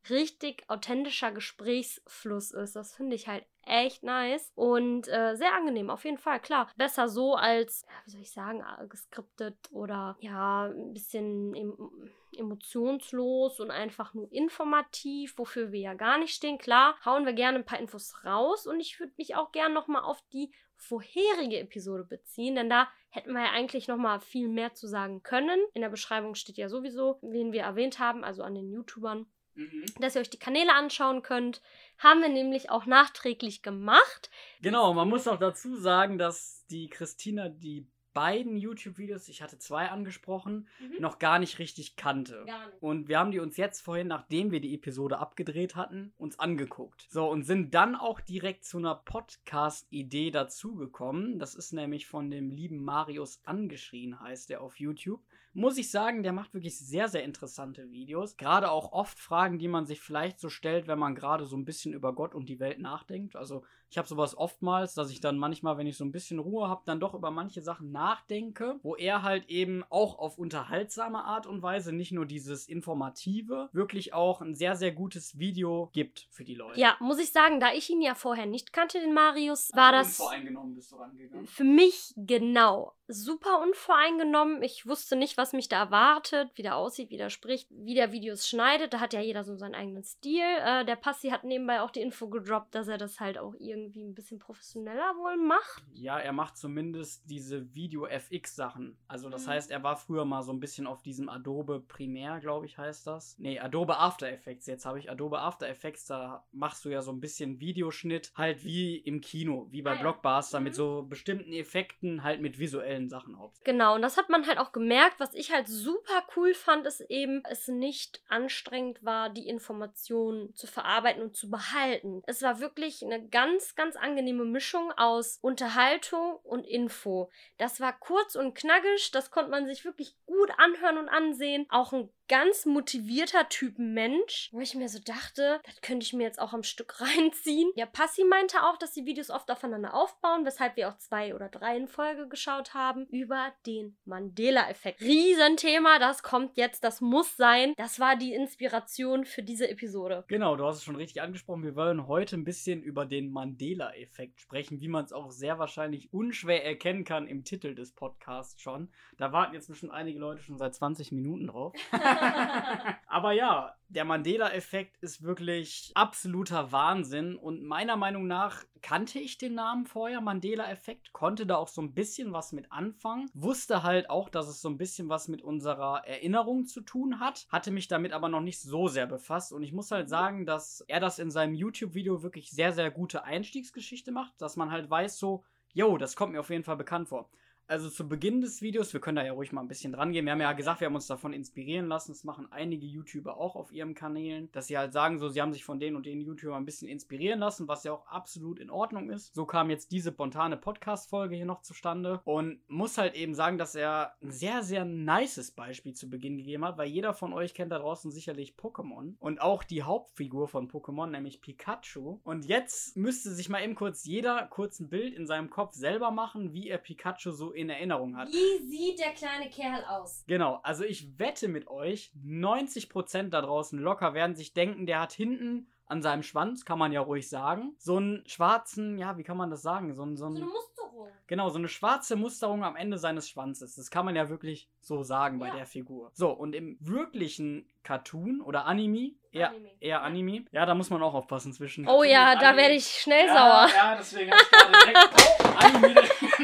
S2: richtig authentischer Gesprächsfluss ist. Das finde ich halt echt nice und äh, sehr angenehm, auf jeden Fall, klar. Besser so als, ja, wie soll ich sagen, geskriptet oder ja, ein bisschen em- emotionslos und einfach nur informativ, wofür wir ja gar nicht stehen. Klar, hauen wir gerne ein paar Infos raus und ich würde mich auch gerne nochmal auf die vorherige Episode beziehen, denn da hätten wir ja eigentlich nochmal viel mehr zu sagen können. In der Beschreibung steht ja sowieso, wen wir erwähnt haben, also an den YouTubern. Mhm. Dass ihr euch die Kanäle anschauen könnt. Haben wir nämlich auch nachträglich gemacht.
S1: Genau, man muss auch dazu sagen, dass die Christina die beiden YouTube-Videos, ich hatte zwei angesprochen, mhm. noch gar nicht richtig kannte.
S2: Gar nicht.
S1: Und wir haben die uns jetzt vorhin, nachdem wir die Episode abgedreht hatten, uns angeguckt. So, und sind dann auch direkt zu einer Podcast-Idee dazugekommen. Das ist nämlich von dem lieben Marius Angeschrien, heißt der auf YouTube. Muss ich sagen, der macht wirklich sehr, sehr interessante Videos. Gerade auch oft Fragen, die man sich vielleicht so stellt, wenn man gerade so ein bisschen über Gott und die Welt nachdenkt. Also ich habe sowas oftmals, dass ich dann manchmal, wenn ich so ein bisschen Ruhe habe, dann doch über manche Sachen nachdenke, wo er halt eben auch auf unterhaltsame Art und Weise, nicht nur dieses Informative, wirklich auch ein sehr, sehr gutes Video gibt für die Leute.
S2: Ja, muss ich sagen, da ich ihn ja vorher nicht kannte, den Marius, war
S1: also
S2: das
S1: unvoreingenommen bist du rangegangen.
S2: Für mich genau super unvoreingenommen. Ich wusste nicht, was mich da erwartet, wie der aussieht, wie der spricht, wie der Videos schneidet. Da hat ja jeder so seinen eigenen Stil. Äh, der Passi hat nebenbei auch die Info gedroppt, dass er das halt auch irgendwie ein bisschen professioneller wohl macht.
S1: Ja, er macht zumindest diese Video-F X-Sachen. Also das mhm. heißt, er war früher mal so ein bisschen auf diesem Adobe Premiere, glaube ich, heißt das. Nee, Adobe After Effects. Jetzt habe ich Adobe After Effects, da machst du ja so ein bisschen Videoschnitt, halt wie im Kino, wie bei ah, ja. Blockbuster, mhm. mit so bestimmten Effekten, halt mit visuellen Sachen hauptsächlich.
S2: Genau, und das hat man halt auch gemerkt. Was ich halt super cool fand, ist eben, es nicht anstrengend war, die Informationen zu verarbeiten und zu behalten. Es war wirklich eine ganz, ganz angenehme Mischung aus Unterhaltung und Info. Das war kurz und knackig, das konnte man sich wirklich gut anhören und ansehen. Auch ein ganz motivierter Typ Mensch, wo ich mir so dachte, das könnte ich mir jetzt auch am Stück reinziehen. Ja, Passi meinte auch, dass die Videos oft aufeinander aufbauen, weshalb wir auch zwei oder drei in Folge geschaut haben, über den Mandela-Effekt. Riesenthema, das kommt jetzt, das muss sein. Das war die Inspiration für diese Episode.
S1: Genau, du hast es schon richtig angesprochen. Wir wollen heute ein bisschen über den Mandela-Effekt sprechen, wie man es auch sehr wahrscheinlich unschwer erkennen kann im Titel des Podcasts schon. Da warten jetzt bestimmt einige Leute schon seit zwanzig Minuten drauf. Aber ja, der Mandela-Effekt ist wirklich absoluter Wahnsinn und meiner Meinung nach kannte ich den Namen vorher, Mandela-Effekt, konnte da auch so ein bisschen was mit anfangen, wusste halt auch, dass es so ein bisschen was mit unserer Erinnerung zu tun hat, hatte mich damit aber noch nicht so sehr befasst und ich muss halt sagen, dass er das in seinem YouTube-Video wirklich sehr, sehr gute Einstiegsgeschichte macht, dass man halt weiß so, yo, das kommt mir auf jeden Fall bekannt vor. Also zu Beginn des Videos, wir können da ja ruhig mal ein bisschen dran gehen. Wir haben ja gesagt, wir haben uns davon inspirieren lassen. Das machen einige YouTuber auch auf ihren Kanälen, dass sie halt sagen, so, sie haben sich von den und den YouTubern ein bisschen inspirieren lassen, was ja auch absolut in Ordnung ist. So kam jetzt diese spontane Podcast-Folge hier noch zustande und muss halt eben sagen, dass er ein sehr, sehr nices Beispiel zu Beginn gegeben hat, weil jeder von euch kennt da draußen sicherlich Pokémon und auch die Hauptfigur von Pokémon, nämlich Pikachu. Und jetzt müsste sich mal eben kurz jeder kurz ein Bild in seinem Kopf selber machen, wie er Pikachu so in Erinnerung hat.
S2: Wie sieht der kleine Kerl aus?
S1: Genau, also ich wette mit euch, neunzig Prozent da draußen locker werden sich denken, der hat hinten an seinem Schwanz, kann man ja ruhig sagen, so einen schwarzen, ja, wie kann man das sagen? So, ein, so, ein,
S2: so eine Musterung.
S1: Genau, so eine schwarze Musterung am Ende seines Schwanzes. Das kann man ja wirklich so sagen bei ja. der Figur. So, und im wirklichen Cartoon oder Anime, eher Anime, eher ja. Anime, ja, da muss man auch aufpassen zwischen.
S2: Oh ja, da werde ich schnell
S1: ja,
S2: sauer.
S1: Ja, deswegen habe ich gerade direkt oh, Anime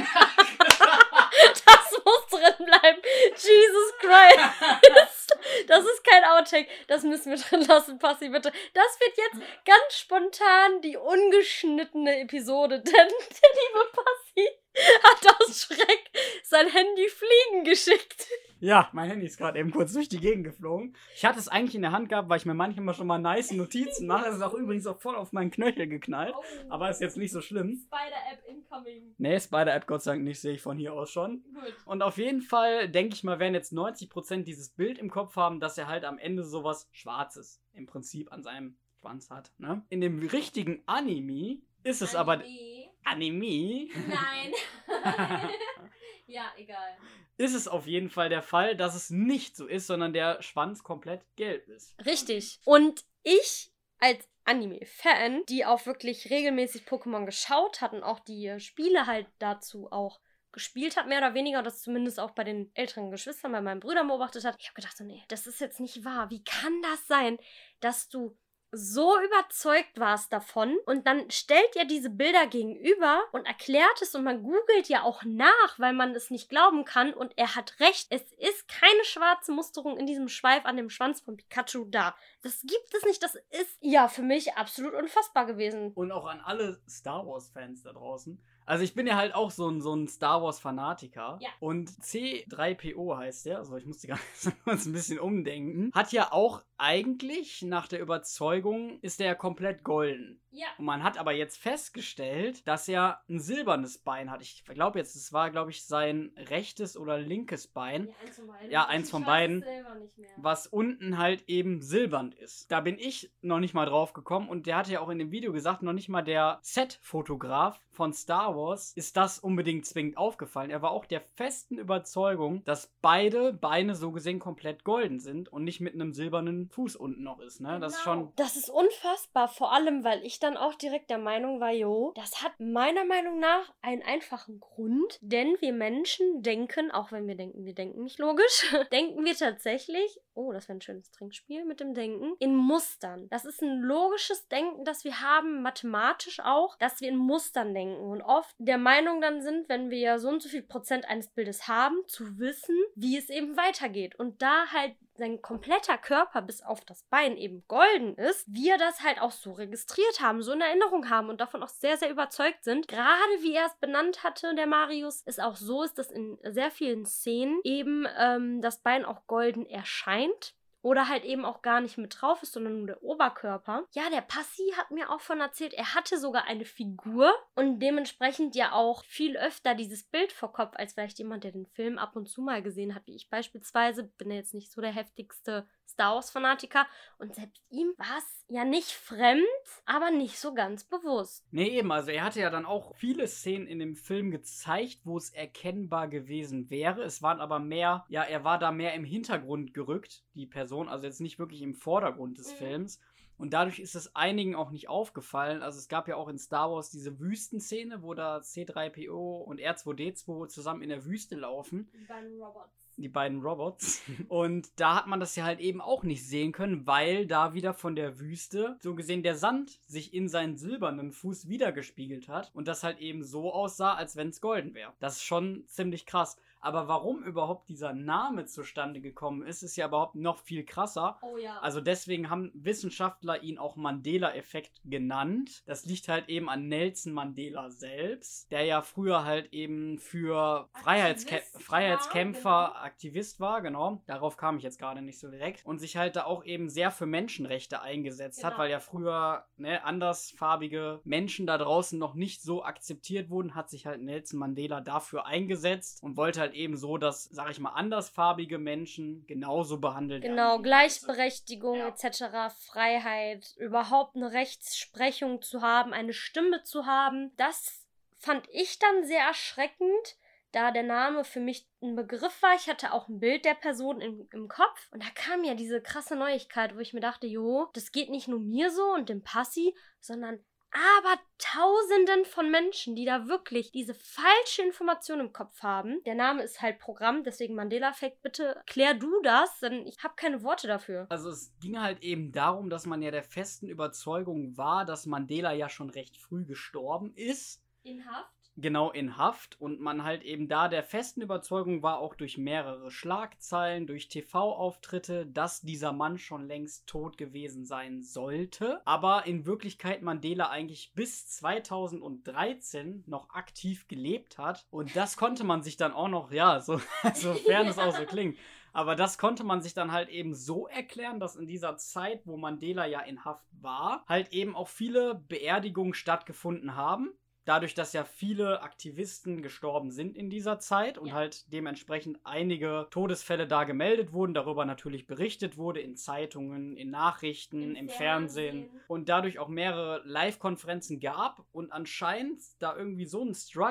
S2: Das muss drin bleiben. Jesus Christ. Das ist kein Outtake. Das müssen wir drin lassen, Passi, bitte. Das wird jetzt ganz spontan die ungeschnittene Episode, denn der liebe Passi hat aus Schreck sein Handy fliegen geschickt.
S1: Ja, mein Handy ist gerade eben kurz durch die Gegend geflogen. Ich hatte es eigentlich in der Hand gehabt, weil ich mir manchmal schon mal nice Notizen mache. Es ist auch übrigens auch voll auf meinen Knöchel geknallt. Oh. Aber ist jetzt nicht so schlimm.
S2: Spider-App incoming.
S1: Nee, Spider-App Gott sei Dank nicht, sehe ich von hier aus schon.
S2: Gut.
S1: Und auf jeden Fall, denke ich mal, werden jetzt neunzig Prozent dieses Bild im Kopf haben, dass er halt am Ende sowas Schwarzes im Prinzip an seinem Schwanz hat. Ne? In dem richtigen Anime ist es
S2: Anime.
S1: aber... Anime?
S2: Nein. Ja, egal.
S1: Ist es auf jeden Fall der Fall, dass es nicht so ist, sondern der Schwanz komplett gelb ist.
S2: Richtig. Und ich als Anime-Fan, die auch wirklich regelmäßig Pokémon geschaut hat und auch die Spiele halt dazu auch gespielt hat, mehr oder weniger, das zumindest auch bei den älteren Geschwistern, bei meinen Brüdern beobachtet hat. Ich habe gedacht, so, nee, das ist jetzt nicht wahr. Wie kann das sein, dass du so überzeugt warst davon und dann stellt ihr diese Bilder gegenüber und erklärt es und man googelt ja auch nach, weil man es nicht glauben kann und er hat recht, es ist keine schwarze Musterung in diesem Schweif an dem Schwanz von Pikachu da. Das gibt es nicht, das ist ja für mich absolut unfassbar gewesen.
S1: Und auch an alle Star Wars-Fans da draußen. Also ich bin ja halt auch so ein, so ein Star Wars-Fanatiker.
S2: Ja.
S1: Und C drei P O heißt der, also ich musste gerade uns ein bisschen umdenken, hat ja auch eigentlich nach der Überzeugung, ist der ja komplett golden.
S2: Ja.
S1: Und man hat aber jetzt festgestellt, dass er ein silbernes Bein hat. Ich glaube jetzt, es war, glaube ich, sein rechtes oder linkes Bein.
S2: Ja, eins von beiden.
S1: Ja, eins von beiden.
S2: Selber nicht mehr.
S1: Was unten halt eben silbernd ist. Da bin ich noch nicht mal drauf gekommen und der hatte ja auch in dem Video gesagt, noch nicht mal der Set-Fotograf von Star Wars ist das unbedingt zwingend aufgefallen. Er war auch der festen Überzeugung, dass beide Beine so gesehen komplett golden sind und nicht mit einem silbernen Fuß unten noch ist. Ne?
S2: Genau.
S1: Das ist schon.
S2: Das ist unfassbar, vor allem, weil ich dann auch direkt der Meinung war, jo, das hat meiner Meinung nach einen einfachen Grund, denn wir Menschen denken, auch wenn wir denken, wir denken nicht logisch, denken wir tatsächlich, oh, das wäre ein schönes Trinkspiel mit dem Denken, in Mustern. Das ist ein logisches Denken, das wir haben, mathematisch auch, dass wir in Mustern denken und oft der Meinung dann sind, wenn wir ja so und so viel Prozent eines Bildes haben, zu wissen, wie es eben weitergeht. Und da halt sein kompletter Körper bis auf das Bein eben golden ist, wir das halt auch so registriert haben, so in Erinnerung haben und davon auch sehr, sehr überzeugt sind. Gerade wie er es benannt hatte, der Marius, ist auch so, ist, dass in sehr vielen Szenen eben ähm, das Bein auch golden erscheint. Oder halt eben auch gar nicht mit drauf ist, sondern nur der Oberkörper. Ja, der Passi hat mir auch von erzählt, er hatte sogar eine Figur und dementsprechend ja auch viel öfter dieses Bild vor Kopf, als vielleicht jemand, der den Film ab und zu mal gesehen hat, wie ich beispielsweise. Bin ja jetzt nicht so der heftigste Star Wars-Fanatiker und selbst ihm war es ja nicht fremd, aber nicht so ganz bewusst.
S1: Nee, eben, also er hatte ja dann auch viele Szenen in dem Film gezeigt, wo es erkennbar gewesen wäre. Es waren aber mehr, ja, er war da mehr im Hintergrund gerückt, die Person, also jetzt nicht wirklich im Vordergrund des mhm. Films. Und dadurch ist es einigen auch nicht aufgefallen. Also es gab ja auch in Star Wars diese Wüstenszene, wo da C drei P O und R zwei D zwei zusammen in der Wüste laufen.
S2: Die beiden Robots.
S1: Die beiden Robots. Und da hat man das ja halt eben auch nicht sehen können, weil da wieder von der Wüste so gesehen der Sand sich in seinen silbernen Fuß wiedergespiegelt hat und das halt eben so aussah, als wenn es golden wäre. Das ist schon ziemlich krass. Aber warum überhaupt dieser Name zustande gekommen ist, ist ja überhaupt noch viel krasser.
S2: Oh ja.
S1: Also deswegen haben Wissenschaftler ihn auch Mandela-Effekt genannt. Das liegt halt eben an Nelson Mandela selbst, der ja früher halt eben für Freiheitskä Freiheitskämpfer
S2: war, genau.
S1: Aktivist war, genau. Darauf kam ich jetzt gerade nicht so direkt. Und sich halt da auch eben sehr für Menschenrechte eingesetzt
S2: genau.
S1: hat, weil ja früher ne, andersfarbige Menschen da draußen noch nicht so akzeptiert wurden, hat sich halt Nelson Mandela dafür eingesetzt und wollte halt eben so, dass, sag ich mal, andersfarbige Menschen genauso behandelt werden.
S2: Genau, Gleichberechtigung
S1: ja.
S2: et cetera, Freiheit, überhaupt eine Rechtsprechung zu haben, eine Stimme zu haben. Das fand ich dann sehr erschreckend, da der Name für mich ein Begriff war. Ich hatte auch ein Bild der Person im, im Kopf und da kam ja diese krasse Neuigkeit, wo ich mir dachte, jo, das geht nicht nur mir so und dem Passi, sondern aber Tausenden von Menschen, die da wirklich diese falsche Information im Kopf haben. Der Name ist halt Programm, deswegen Mandela-Effekt. Bitte klär du das, denn ich habe keine Worte dafür.
S1: Also es ging halt eben darum, dass man ja der festen Überzeugung war, dass Mandela ja schon recht früh gestorben ist.
S2: In Haft?
S1: Genau, in Haft. Und man halt eben da der festen Überzeugung war, auch durch mehrere Schlagzeilen, durch T V-Auftritte, dass dieser Mann schon längst tot gewesen sein sollte. Aber in Wirklichkeit Mandela eigentlich bis zweitausenddreizehn noch aktiv gelebt hat. Und das konnte man sich dann auch noch, ja, so, sofern es auch so klingt. Aber das konnte man sich dann halt eben so erklären, dass in dieser Zeit, wo Mandela ja in Haft war, halt eben auch viele Beerdigungen stattgefunden haben. Dadurch, dass ja viele Aktivisten gestorben sind in dieser Zeit und ja. halt dementsprechend einige Todesfälle da gemeldet wurden, darüber natürlich berichtet wurde in Zeitungen, in Nachrichten, im, im Fernsehen. Fernsehen und dadurch auch mehrere Live-Konferenzen gab und anscheinend da irgendwie so ein Struggle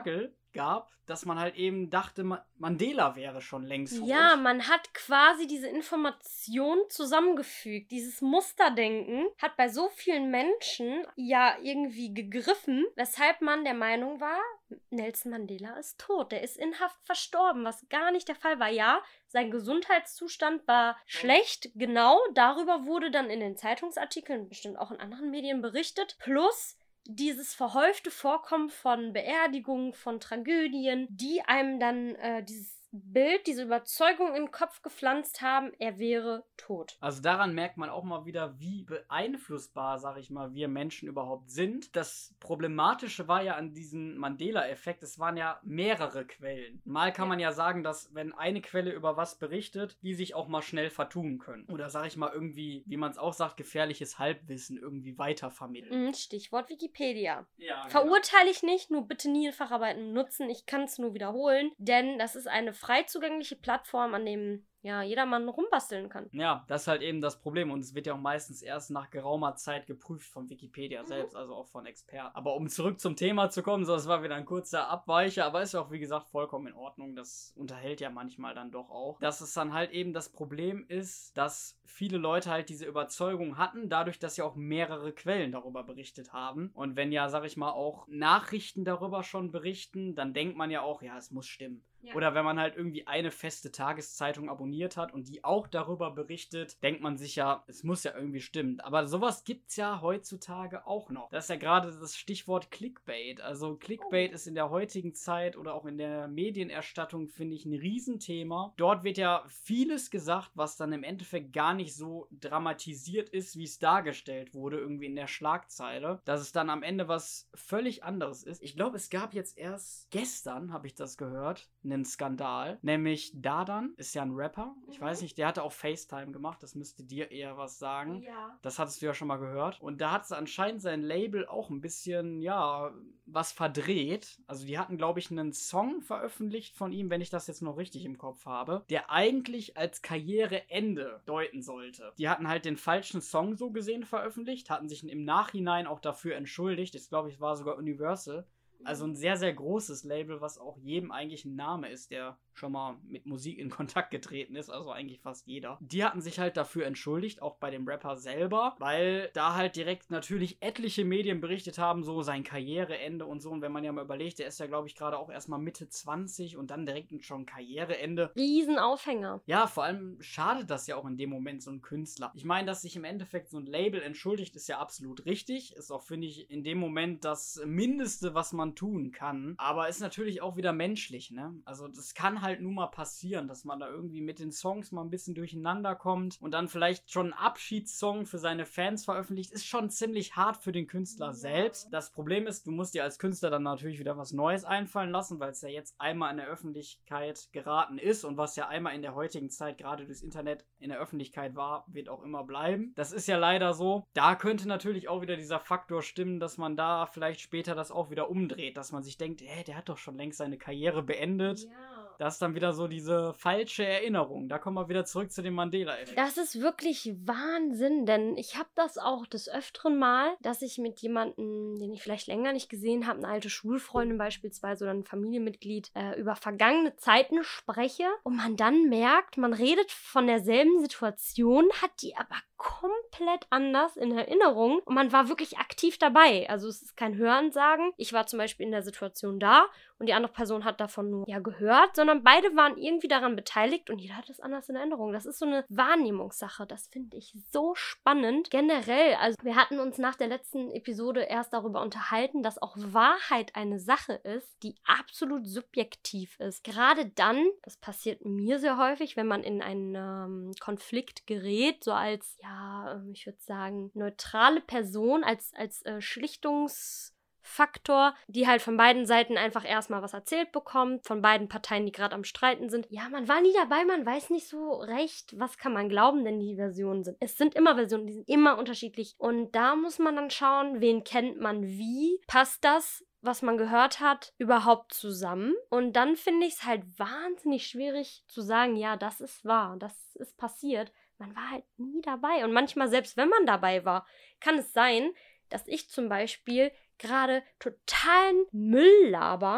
S1: gab, dass man halt eben dachte, Mandela wäre schon längst tot.
S2: Ja, man hat quasi diese Information zusammengefügt. Dieses Musterdenken hat bei so vielen Menschen ja irgendwie gegriffen, weshalb man der Meinung war, Nelson Mandela ist tot. Der ist in Haft verstorben, was gar nicht der Fall war. Ja, sein Gesundheitszustand war schlecht, genau. Darüber wurde dann in den Zeitungsartikeln, bestimmt auch in anderen Medien berichtet. Plus dieses verhäufte Vorkommen von Beerdigungen, von Tragödien, die einem dann äh, dieses Bild, diese Überzeugung in den Kopf gepflanzt haben, er wäre tot.
S1: Also daran merkt man auch mal wieder, wie beeinflussbar, sag ich mal, wir Menschen überhaupt sind. Das Problematische war ja an diesem Mandela-Effekt, es waren ja mehrere Quellen. Mal kann ja. man ja sagen, dass wenn eine Quelle über was berichtet, die sich auch mal schnell vertun können. Oder sag ich mal irgendwie, wie man es auch sagt, gefährliches Halbwissen irgendwie weitervermitteln.
S2: Stichwort Wikipedia.
S1: Ja,
S2: Verurteile ich nicht, nur bitte nie in Facharbeiten nutzen. Ich kann es nur wiederholen, denn das ist eine frei zugängliche Plattform, an dem ja jedermann rumbasteln kann.
S1: Ja, das ist halt eben das Problem und es wird ja auch meistens erst nach geraumer Zeit geprüft von Wikipedia
S2: mhm.
S1: selbst, also auch von Experten. Aber um zurück zum Thema zu kommen, so, das war wieder ein kurzer Abweicher, aber ist ja auch wie gesagt vollkommen in Ordnung, das unterhält ja manchmal dann doch auch. Dass es dann halt eben das Problem ist, dass viele Leute halt diese Überzeugung hatten, dadurch, dass ja auch mehrere Quellen darüber berichtet haben und wenn ja, sag ich mal, auch Nachrichten darüber schon berichten, dann denkt man ja auch, ja, es muss stimmen. Ja. Oder wenn man halt irgendwie eine feste Tageszeitung abonniert hat und die auch darüber berichtet, denkt man sich ja, es muss ja irgendwie stimmen. Aber sowas gibt's ja heutzutage auch noch. Das ist ja gerade das Stichwort Clickbait. Also Clickbait oh. ist in der heutigen Zeit oder auch in der Medienerstattung, finde ich, ein Riesenthema. Dort wird ja vieles gesagt, was dann im Endeffekt gar nicht so dramatisiert ist, wie es dargestellt wurde, irgendwie in der Schlagzeile. Dass es dann am Ende was völlig anderes ist. Ich glaube, es gab jetzt erst gestern, habe ich das gehört, einen Skandal, nämlich Dadan ist ja ein Rapper, ich mhm. weiß nicht, der hatte auch FaceTime gemacht, das müsste dir eher was sagen.
S2: Ja.
S1: Das hattest du ja schon mal gehört. Und da hat es anscheinend sein Label auch ein bisschen, ja, was verdreht. Also die hatten, glaube ich, einen Song veröffentlicht von ihm, wenn ich das jetzt noch richtig im Kopf habe, der eigentlich als Karriereende deuten sollte. Die hatten halt den falschen Song so gesehen veröffentlicht, hatten sich im Nachhinein auch dafür entschuldigt. Ich glaube, es war sogar Universal. Also ein sehr, sehr großes Label, was auch jedem eigentlich ein Name ist, der schon mal mit Musik in Kontakt getreten ist, also eigentlich fast jeder. Die hatten sich halt dafür entschuldigt, auch bei dem Rapper selber, weil da halt direkt natürlich etliche Medien berichtet haben, so sein Karriereende und so. Und wenn man ja mal überlegt, der ist ja, glaube ich, gerade auch erstmal Mitte zwanzig und dann direkt schon Karriereende.
S2: Riesenaufhänger.
S1: Ja, vor allem schadet das ja auch in dem Moment so ein Künstler. Ich meine, dass sich im Endeffekt so ein Label entschuldigt, ist ja absolut richtig. Ist auch, finde ich, in dem Moment das Mindeste, was man tun kann. Aber ist natürlich auch wieder menschlich, ne? Also das kann halt nun mal passieren, dass man da irgendwie mit den Songs mal ein bisschen durcheinander kommt und dann vielleicht schon einen Abschiedssong für seine Fans veröffentlicht. Ist schon ziemlich hart für den Künstler ja. selbst. Das Problem ist, du musst dir als Künstler dann natürlich wieder was Neues einfallen lassen, weil es ja jetzt einmal in der Öffentlichkeit geraten ist und was ja einmal in der heutigen Zeit gerade durchs Internet in der Öffentlichkeit war, wird auch immer bleiben. Das ist ja leider so. Da könnte natürlich auch wieder dieser Faktor stimmen, dass man da vielleicht später das auch wieder umdreht, dass man sich denkt, hey, der hat doch schon längst seine Karriere beendet.
S2: Ja.
S1: Das ist dann wieder so diese falsche Erinnerung. Da kommen wir wieder zurück zu dem Mandela-Effekt.
S2: Das ist wirklich Wahnsinn, denn ich habe das auch des Öfteren mal, dass ich mit jemandem, den ich vielleicht länger nicht gesehen habe, eine alte Schulfreundin beispielsweise oder ein Familienmitglied, äh, über vergangene Zeiten spreche und man dann merkt, man redet von derselben Situation, hat die aber komplett anders in Erinnerung und man war wirklich aktiv dabei. Also es ist kein Hörensagen. Ich war zum Beispiel in der Situation da und die andere Person hat davon nur ja gehört, sondern beide waren irgendwie daran beteiligt und jeder hat es anders in Erinnerung. Das ist so eine Wahrnehmungssache. Das finde ich so spannend. Generell, also wir hatten uns nach der letzten Episode erst darüber unterhalten, dass auch Wahrheit eine Sache ist, die absolut subjektiv ist. Gerade dann, das passiert mir sehr häufig, wenn man in einen ähm, Konflikt gerät, so als, ja, ich würde sagen, neutrale Person, als, als äh, Schlichtungs- Faktor, die halt von beiden Seiten einfach erstmal was erzählt bekommt, von beiden Parteien, die gerade am Streiten sind. Ja, man war nie dabei, man weiß nicht so recht, was kann man glauben, denn die Versionen sind. Es sind immer Versionen, die sind immer unterschiedlich. Und da muss man dann schauen, wen kennt man wie. Passt das, was man gehört hat, überhaupt zusammen? Und dann finde ich es halt wahnsinnig schwierig zu sagen, ja, das ist wahr, das ist passiert. Man war halt nie dabei. Und manchmal, selbst wenn man dabei war, kann es sein, dass ich zum Beispiel gerade totalen Müll laber,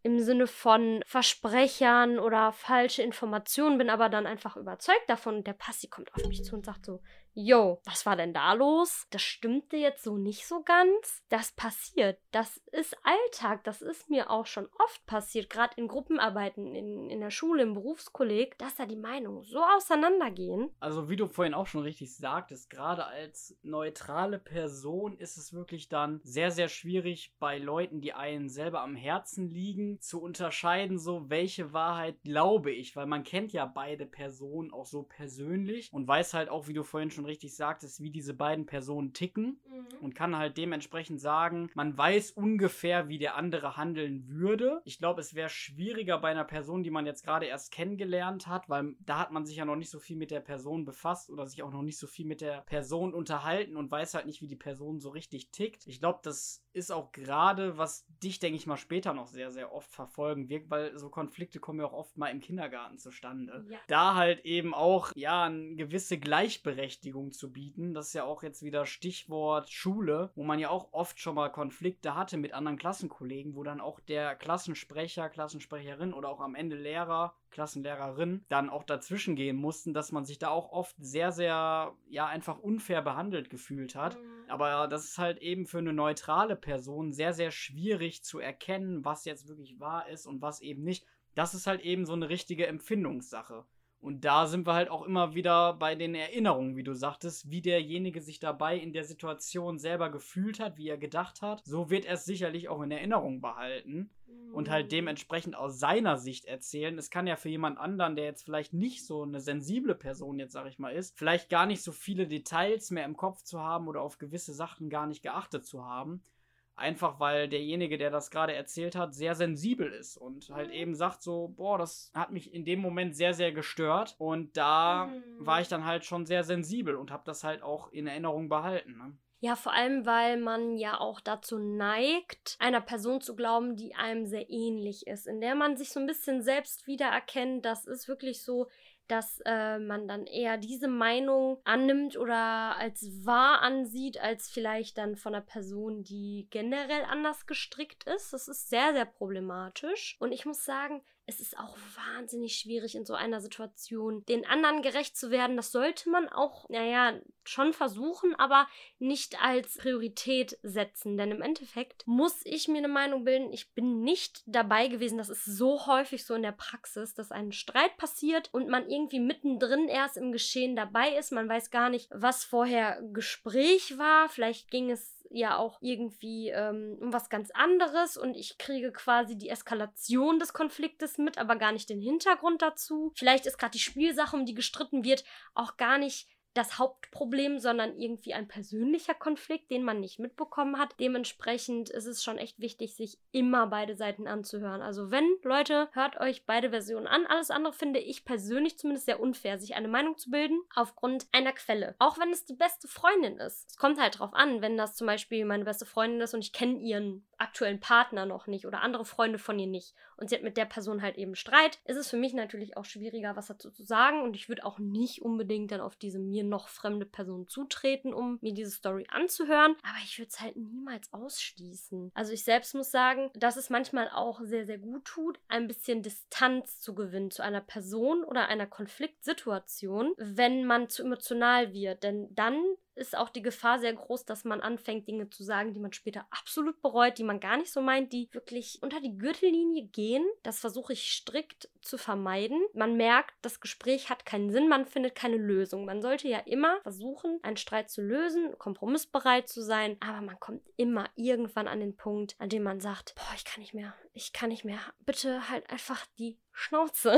S2: im Sinne von Versprechern oder falsche Informationen, bin aber dann einfach überzeugt davon und der Passi kommt auf mich zu und sagt so, yo, was war denn da los? Das stimmte jetzt so nicht so ganz. Das passiert. Das ist Alltag. Das ist mir auch schon oft passiert, gerade in Gruppenarbeiten, in, in der Schule, im Berufskolleg, dass da die Meinungen so auseinandergehen.
S1: Also wie du vorhin auch schon richtig sagtest, gerade als neutrale Person ist es wirklich dann sehr, sehr schwierig bei Leuten, die einen selber am Herzen liegen, zu unterscheiden, so welche Wahrheit glaube ich, weil man kennt ja beide Personen auch so persönlich und weiß halt auch, wie du vorhin schon richtig sagtest, wie diese beiden Personen ticken mhm. und kann halt dementsprechend sagen, man weiß ungefähr, wie der andere handeln würde. Ich glaube, es wäre schwieriger bei einer Person, die man jetzt gerade erst kennengelernt hat, weil da hat man sich ja noch nicht so viel mit der Person befasst oder sich auch noch nicht so viel mit der Person unterhalten und weiß halt nicht, wie die Person so richtig tickt. Ich glaube, das ist auch gerade, was dich, denke ich mal, später noch sehr, sehr oft verfolgen wird, weil so Konflikte kommen ja auch oft mal im Kindergarten zustande. Ja. Da halt eben auch, ja, eine gewisse Gleichberechtigung zu bieten. Das ist ja auch jetzt wieder Stichwort Schule, wo man ja auch oft schon mal Konflikte hatte mit anderen Klassenkollegen, wo dann auch der Klassensprecher, Klassensprecherin oder auch am Ende Lehrer, Klassenlehrerin dann auch dazwischen gehen mussten, dass man sich da auch oft sehr, sehr, ja, einfach unfair behandelt gefühlt hat. Mhm. Aber das ist halt eben für eine neutrale Person sehr, sehr schwierig zu erkennen, was jetzt wirklich wahr ist und was eben nicht. Das ist halt eben so eine richtige Empfindungssache. Und da sind wir halt auch immer wieder bei den Erinnerungen, wie du sagtest, wie derjenige sich dabei in der Situation selber gefühlt hat, wie er gedacht hat. So wird er es sicherlich auch in Erinnerung behalten mhm. und halt dementsprechend aus seiner Sicht erzählen. Es kann ja für jemand anderen, der jetzt vielleicht nicht so eine sensible Person jetzt, sag ich mal, ist, vielleicht gar nicht so viele Details mehr im Kopf zu haben oder auf gewisse Sachen gar nicht geachtet zu haben. Einfach weil derjenige, der das gerade erzählt hat, sehr sensibel ist und halt eben sagt so, boah, das hat mich in dem Moment sehr, sehr gestört. Und da mhm. war ich dann halt schon sehr sensibel und habe das halt auch in Erinnerung behalten, ne?
S2: Ja, vor allem, weil man ja auch dazu neigt, einer Person zu glauben, die einem sehr ähnlich ist, in der man sich so ein bisschen selbst wiedererkennt. Das ist wirklich so, dass äh, man dann eher diese Meinung annimmt oder als wahr ansieht, als vielleicht dann von einer Person, die generell anders gestrickt ist. Das ist sehr, sehr problematisch. Und ich muss sagen, es ist auch wahnsinnig schwierig in so einer Situation, den anderen gerecht zu werden. Das sollte man auch, naja, schon versuchen, aber nicht als Priorität setzen. Denn im Endeffekt muss ich mir eine Meinung bilden. Ich bin nicht dabei gewesen. Das ist so häufig so in der Praxis, dass ein Streit passiert und man irgendwie mittendrin erst im Geschehen dabei ist. Man weiß gar nicht, was vorher Gespräch war. Vielleicht ging es ja auch irgendwie ähm, um was ganz anderes und ich kriege quasi die Eskalation des Konfliktes mit, aber gar nicht den Hintergrund dazu. Vielleicht ist gerade die Spielsache, um die gestritten wird, auch gar nicht das Hauptproblem, sondern irgendwie ein persönlicher Konflikt, den man nicht mitbekommen hat. Dementsprechend ist es schon echt wichtig, sich immer beide Seiten anzuhören. Also wenn, Leute, hört euch beide Versionen an. Alles andere finde ich persönlich zumindest sehr unfair, sich eine Meinung zu bilden aufgrund einer Quelle. Auch wenn es die beste Freundin ist. Es kommt halt drauf an, wenn das zum Beispiel meine beste Freundin ist und ich kenne ihren aktuellen Partner noch nicht oder andere Freunde von ihr nicht und sie hat mit der Person halt eben Streit, ist es für mich natürlich auch schwieriger, was dazu zu sagen und ich würde auch nicht unbedingt dann auf diese mir noch fremde Person zutreten, um mir diese Story anzuhören, aber ich würde es halt niemals ausschließen. Also ich selbst muss sagen, dass es manchmal auch sehr, sehr gut tut, ein bisschen Distanz zu gewinnen zu einer Person oder einer Konfliktsituation, wenn man zu emotional wird, denn dann ist auch die Gefahr sehr groß, dass man anfängt, Dinge zu sagen, die man später absolut bereut, die man gar nicht so meint, die wirklich unter die Gürtellinie gehen. Das versuche ich strikt zu vermeiden. Man merkt, das Gespräch hat keinen Sinn, man findet keine Lösung. Man sollte ja immer versuchen, einen Streit zu lösen, kompromissbereit zu sein, aber man kommt immer irgendwann an den Punkt, an dem man sagt, boah, ich kann nicht mehr, ich kann nicht mehr. Bitte halt einfach die Schnauze.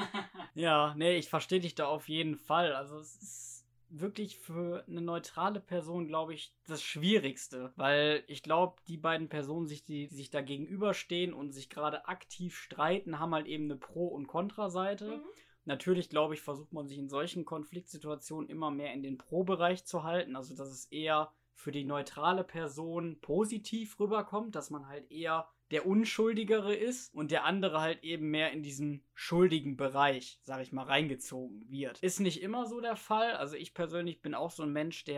S1: Ja, nee, ich verstehe dich da auf jeden Fall. Also es ist wirklich für eine neutrale Person, glaube ich, das Schwierigste. Weil ich glaube, die beiden Personen, sich, die, die sich da gegenüberstehen und sich gerade aktiv streiten, haben halt eben eine Pro- und Kontraseite. Mhm. Natürlich, glaube ich, versucht man sich in solchen Konfliktsituationen immer mehr in den Pro-Bereich zu halten. Also, dass es eher für die neutrale Person positiv rüberkommt, dass man halt eher der Unschuldigere ist und der andere halt eben mehr in diesen schuldigen Bereich, sag ich mal, reingezogen wird. Ist nicht immer so der Fall. Also ich persönlich bin auch so ein Mensch, der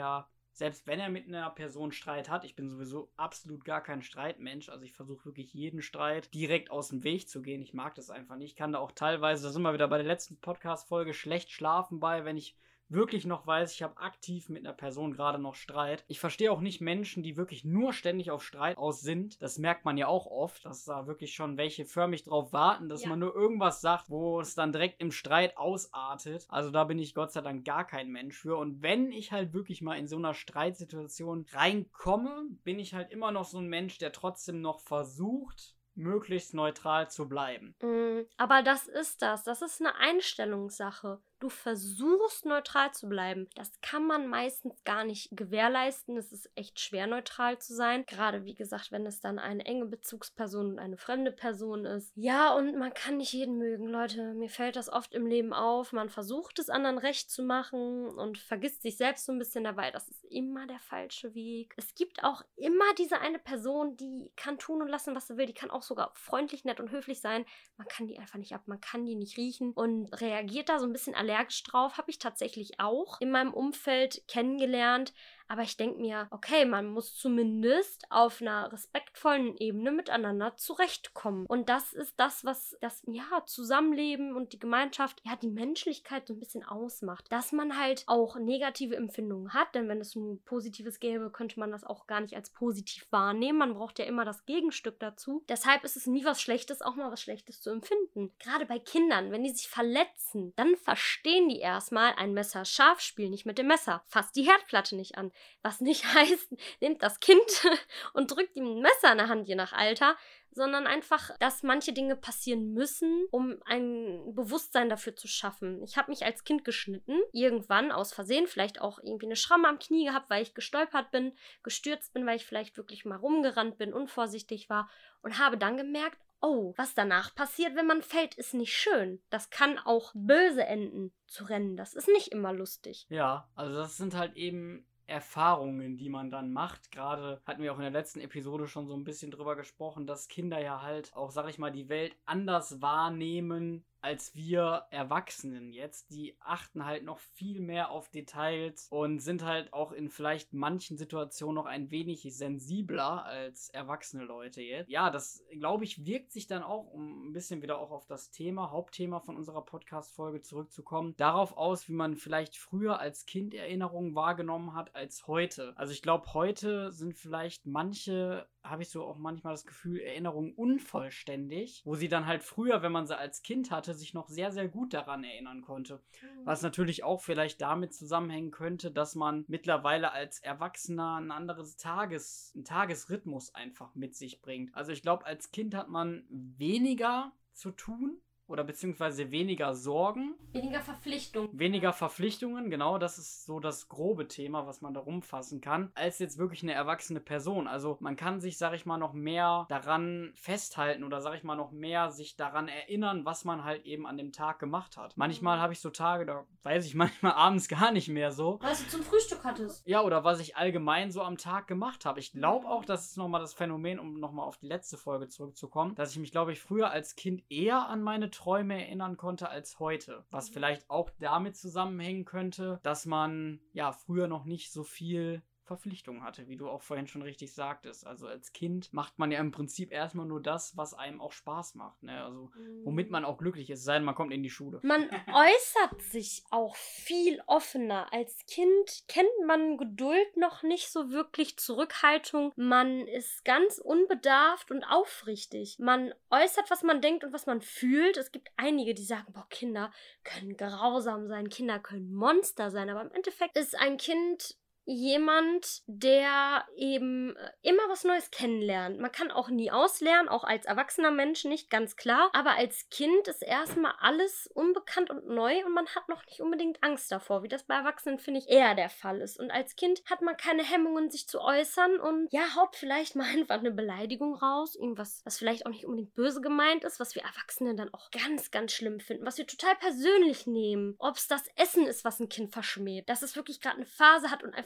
S1: selbst wenn er mit einer Person Streit hat, ich bin sowieso absolut gar kein Streitmensch, also ich versuche wirklich jeden Streit direkt aus dem Weg zu gehen. Ich mag das einfach nicht. Ich kann da auch teilweise, da sind wir wieder bei der letzten Podcast-Folge, schlecht schlafen bei, wenn ich wirklich noch weiß, ich habe aktiv mit einer Person gerade noch Streit. Ich verstehe auch nicht Menschen, die wirklich nur ständig auf Streit aus sind. Das merkt man ja auch oft, dass da wirklich schon welche förmlich drauf warten, dass ja. man nur irgendwas sagt, wo es dann direkt im Streit ausartet. Also da bin ich Gott sei Dank gar kein Mensch für. Und wenn ich halt wirklich mal in so einer Streitsituation reinkomme, bin ich halt immer noch so ein Mensch, der trotzdem noch versucht, möglichst neutral zu bleiben.
S2: Mm, aber das ist das. Das ist eine Einstellungssache. Du versuchst neutral zu bleiben. Das kann man meistens gar nicht gewährleisten. Es ist echt schwer, neutral zu sein. Gerade, wie gesagt, wenn es dann eine enge Bezugsperson und eine fremde Person ist. Ja, und man kann nicht jeden mögen. Leute, mir fällt das oft im Leben auf. Man versucht es anderen recht zu machen und vergisst sich selbst so ein bisschen dabei. Das ist immer der falsche Weg. Es gibt auch immer diese eine Person, die kann tun und lassen, was sie will. Die kann auch sogar freundlich, nett und höflich sein. Man kann die einfach nicht ab. Man kann die nicht riechen und reagiert da so ein bisschen allergisch drauf, habe ich tatsächlich auch in meinem Umfeld kennengelernt. Aber ich denke mir, okay, man muss zumindest auf einer respektvollen Ebene miteinander zurechtkommen. Und das ist das, was das ja, Zusammenleben und die Gemeinschaft, ja, die Menschlichkeit so ein bisschen ausmacht. Dass man halt auch negative Empfindungen hat, denn wenn es nur Positives gäbe, könnte man das auch gar nicht als positiv wahrnehmen. Man braucht ja immer das Gegenstück dazu. Deshalb ist es nie was Schlechtes, auch mal was Schlechtes zu empfinden. Gerade bei Kindern, wenn die sich verletzen, dann verstehen die erstmal ein Messer scharf, spiel nicht mit dem Messer. Fass die Herdplatte nicht an. Was nicht heißt, nehmt das Kind und drückt ihm ein Messer in der Hand, je nach Alter, sondern einfach, dass manche Dinge passieren müssen, um ein Bewusstsein dafür zu schaffen. Ich habe mich als Kind geschnitten, irgendwann aus Versehen, vielleicht auch irgendwie eine Schramme am Knie gehabt, weil ich gestolpert bin, gestürzt bin, weil ich vielleicht wirklich mal rumgerannt bin, unvorsichtig war und habe dann gemerkt, oh, was danach passiert, wenn man fällt, ist nicht schön. Das kann auch böse enden, zu rennen. Das ist nicht immer lustig.
S1: Ja, also das sind halt eben Erfahrungen, die man dann macht. Gerade hatten wir auch in der letzten Episode schon so ein bisschen drüber gesprochen, dass Kinder ja halt auch, sag ich mal, die Welt anders wahrnehmen als wir Erwachsenen jetzt. Die achten halt noch viel mehr auf Details und sind halt auch in vielleicht manchen Situationen noch ein wenig sensibler als erwachsene Leute jetzt. Ja, das, glaube ich, wirkt sich dann auch, um ein bisschen wieder auch auf das Thema, Hauptthema von unserer Podcast-Folge zurückzukommen, darauf aus, wie man vielleicht früher als Kind Erinnerungen wahrgenommen hat als heute. Also ich glaube, heute sind vielleicht manche, habe ich so auch manchmal das Gefühl, Erinnerungen unvollständig, wo sie dann halt früher, wenn man sie als Kind hatte, sich noch sehr, sehr gut daran erinnern konnte. Mhm. Was natürlich auch vielleicht damit zusammenhängen könnte, dass man mittlerweile als Erwachsener ein anderes Tages, einen Tagesrhythmus einfach mit sich bringt. Also ich glaube, als Kind hat man weniger zu tun, oder beziehungsweise weniger Sorgen.
S2: Weniger Verpflichtungen.
S1: Weniger Verpflichtungen, genau, das ist so das grobe Thema, was man da rumfassen kann, als jetzt wirklich eine erwachsene Person. Also man kann sich, sag ich mal, noch mehr daran festhalten oder, sag ich mal, noch mehr sich daran erinnern, was man halt eben an dem Tag gemacht hat. Manchmal habe ich so Tage, da weiß ich manchmal abends gar nicht mehr so.
S2: Was du zum Frühstück hattest.
S1: Ja, oder was ich allgemein so am Tag gemacht habe. Ich glaube auch, das ist nochmal das Phänomen, um nochmal auf die letzte Folge zurückzukommen, dass ich mich, glaube ich, früher als Kind eher an meine Träume erinnern konnte als heute. Was vielleicht auch damit zusammenhängen könnte, dass man ja früher noch nicht so viel Verpflichtungen hatte, wie du auch vorhin schon richtig sagtest. Also als Kind macht man ja im Prinzip erstmal nur das, was einem auch Spaß macht, ne? Also womit man auch glücklich ist, sei denn man kommt in die Schule.
S2: Man äußert sich auch viel offener. Als Kind kennt man Geduld noch nicht so wirklich, Zurückhaltung. Man ist ganz unbedarft und aufrichtig. Man äußert, was man denkt und was man fühlt. Es gibt einige, die sagen, boah, Kinder können grausam sein, Kinder können Monster sein, aber im Endeffekt ist ein Kind jemand, der eben immer was Neues kennenlernt. Man kann auch nie auslernen, auch als erwachsener Mensch nicht, ganz klar. Aber als Kind ist erstmal alles unbekannt und neu und man hat noch nicht unbedingt Angst davor, wie das bei Erwachsenen, finde ich, eher der Fall ist. Und als Kind hat man keine Hemmungen, sich zu äußern und ja, haut vielleicht mal einfach eine Beleidigung raus, irgendwas, was vielleicht auch nicht unbedingt böse gemeint ist, was wir Erwachsenen dann auch ganz, ganz schlimm finden, was wir total persönlich nehmen. Ob es das Essen ist, was ein Kind verschmäht, dass es wirklich gerade eine Phase hat und einfach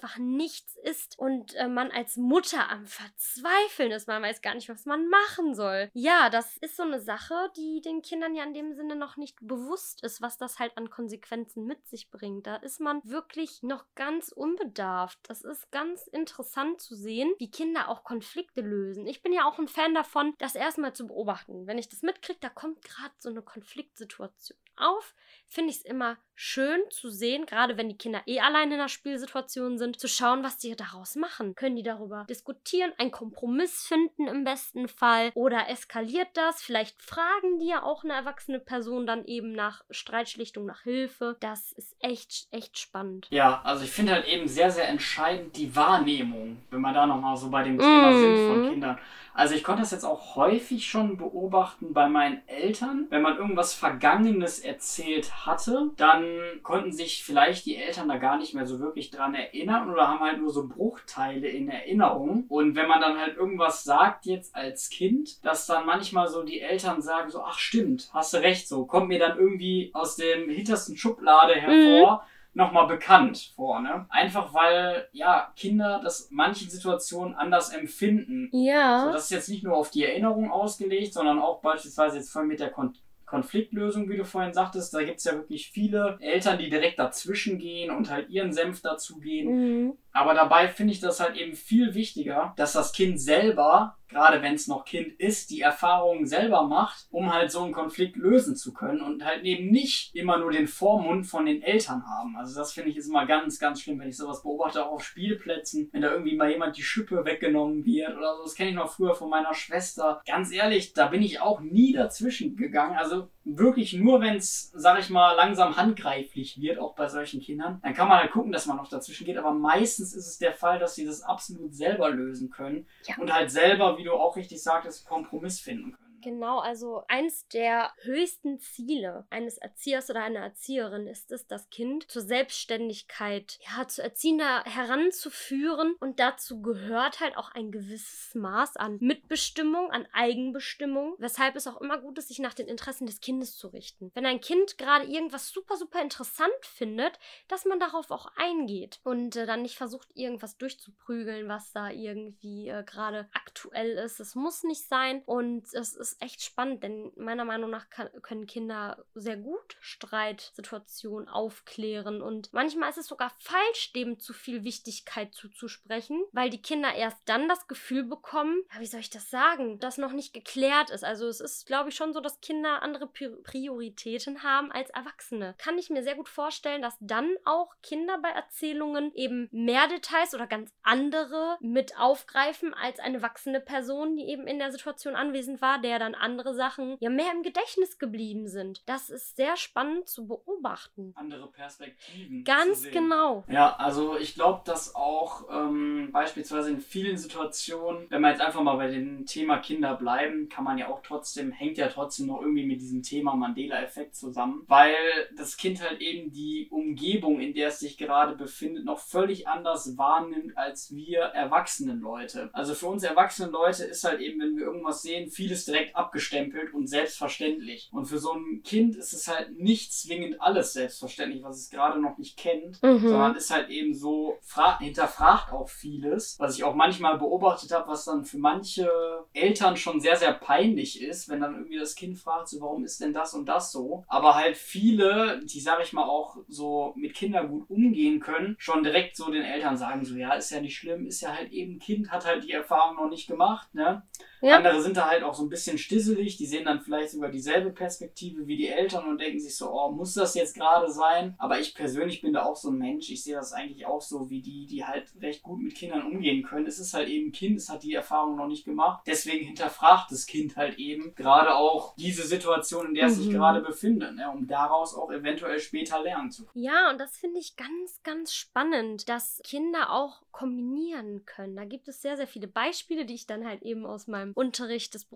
S2: einfach nichts ist und äh, man als Mutter am Verzweifeln ist. Man weiß gar nicht, was man machen soll. Ja, das ist so eine Sache, die den Kindern ja in dem Sinne noch nicht bewusst ist, was das halt an Konsequenzen mit sich bringt. Da ist man wirklich noch ganz unbedarft. Das ist ganz interessant zu sehen, wie Kinder auch Konflikte lösen. Ich bin ja auch ein Fan davon, das erstmal zu beobachten. Wenn ich das mitkriege, da kommt gerade so eine Konfliktsituation auf, finde ich es immer schön zu sehen, gerade wenn die Kinder eh allein in einer Spielsituation sind, zu schauen, was die daraus machen. Können die darüber diskutieren, einen Kompromiss finden im besten Fall oder eskaliert das? Vielleicht fragen die ja auch eine erwachsene Person dann eben nach Streitschlichtung, nach Hilfe. Das ist echt, echt spannend.
S1: Ja, also ich finde halt eben sehr, sehr entscheidend die Wahrnehmung, wenn wir da nochmal so bei dem Thema mm. sind von Kindern. Also ich konnte das jetzt auch häufig schon beobachten bei meinen Eltern. Wenn man irgendwas Vergangenes erzählt hatte, dann konnten sich vielleicht die Eltern da gar nicht mehr so wirklich dran erinnern oder haben halt nur so Bruchteile in Erinnerung. Und wenn man dann halt irgendwas sagt jetzt als Kind, dass dann manchmal so die Eltern sagen so, ach stimmt, hast du recht, so kommt mir dann irgendwie aus dem hintersten Schublade hervor, mhm. nochmal bekannt vor, ne? Einfach weil, ja, Kinder das manche Situationen anders empfinden.
S2: Ja.
S1: So, das ist jetzt nicht nur auf die Erinnerung ausgelegt, sondern auch beispielsweise jetzt vorhin mit der Kon- Konfliktlösung, wie du vorhin sagtest. Da gibt es ja wirklich viele Eltern, die direkt dazwischen gehen und halt ihren Senf dazugeben. Mhm. Aber dabei finde ich das halt eben viel wichtiger, dass das Kind selber, gerade wenn es noch Kind ist, die Erfahrungen selber macht, um halt so einen Konflikt lösen zu können und halt eben nicht immer nur den Vormund von den Eltern haben. Also das finde ich ist immer ganz, ganz schlimm, wenn ich sowas beobachte, auch auf Spielplätzen, wenn da irgendwie mal jemand die Schippe weggenommen wird oder so. Das kenne ich noch früher von meiner Schwester. Ganz ehrlich, da bin ich auch nie dazwischen gegangen. Also wirklich nur, wenn es, sag ich mal, langsam handgreiflich wird, auch bei solchen Kindern, dann kann man halt gucken, dass man noch dazwischen geht. Aber meistens ist es der Fall, dass sie das absolut selber lösen können ja. und halt selber, wie du auch richtig sagtest, Kompromiss finden können.
S2: Genau, also eins der höchsten Ziele eines Erziehers oder einer Erzieherin ist es, das Kind zur Selbstständigkeit, ja, zu Erziehender heranzuführen und dazu gehört halt auch ein gewisses Maß an Mitbestimmung, an Eigenbestimmung, weshalb es auch immer gut ist, sich nach den Interessen des Kindes zu richten. Wenn ein Kind gerade irgendwas super, super interessant findet, dass man darauf auch eingeht und äh, dann nicht versucht, irgendwas durchzuprügeln, was da irgendwie äh, gerade aktuell ist. Es muss nicht sein und es ist echt spannend, denn meiner Meinung nach kann, können Kinder sehr gut Streitsituationen aufklären und manchmal ist es sogar falsch, dem zu viel Wichtigkeit zuzusprechen, weil die Kinder erst dann das Gefühl bekommen, ja, wie soll ich das sagen, das noch nicht geklärt ist. Also es ist, glaube ich, schon so, dass Kinder andere Prioritäten haben als Erwachsene. Kann ich mir sehr gut vorstellen, dass dann auch Kinder bei Erzählungen eben mehr Details oder ganz andere mit aufgreifen als eine erwachsene Person, die eben in der Situation anwesend war, der dann andere Sachen ja mehr im Gedächtnis geblieben sind. Das ist sehr spannend zu beobachten.
S1: Andere Perspektiven.
S2: Ganz
S1: zu sehen.
S2: Genau.
S1: Ja, also ich glaube, dass auch ähm, beispielsweise in vielen Situationen, wenn wir jetzt einfach mal bei dem Thema Kinder bleiben, kann man ja auch trotzdem, hängt ja trotzdem noch irgendwie mit diesem Thema Mandela-Effekt zusammen, weil das Kind halt eben die Umgebung, in der es sich gerade befindet, noch völlig anders wahrnimmt als wir erwachsenen Leute. Also für uns erwachsenen Leute ist halt eben, wenn wir irgendwas sehen, vieles direkt abgestempelt und selbstverständlich. Und für so ein Kind ist es halt nicht zwingend alles selbstverständlich, was es gerade noch nicht kennt, mhm. sondern ist halt eben so, fra- hinterfragt auch vieles, was ich auch manchmal beobachtet habe, was dann für manche Eltern schon sehr, sehr peinlich ist, wenn dann irgendwie das Kind fragt, so, warum ist denn das und das so? Aber halt viele, die, sag ich mal, auch so mit Kindern gut umgehen können, schon direkt so den Eltern sagen, so, ja, ist ja nicht schlimm, ist ja halt eben ein Kind, hat halt die Erfahrung noch nicht gemacht, ne? Ja. Andere sind da halt auch so ein bisschen stisselig, die sehen dann vielleicht sogar dieselbe Perspektive wie die Eltern und denken sich so, oh, muss das jetzt gerade sein? Aber ich persönlich bin da auch so ein Mensch, ich sehe das eigentlich auch so wie die, die halt recht gut mit Kindern umgehen können. Es ist halt eben ein Kind, es hat die Erfahrung noch nicht gemacht, deswegen hinterfragt das Kind halt eben gerade auch diese Situation, in der es mhm. sich gerade befindet, ne? Um daraus auch eventuell später lernen zu können.
S2: Ja, und das finde ich ganz, ganz spannend, dass Kinder auch kombinieren können. Da gibt es sehr, sehr viele Beispiele, die ich dann halt eben aus meinem Unterricht des Berufskollegiums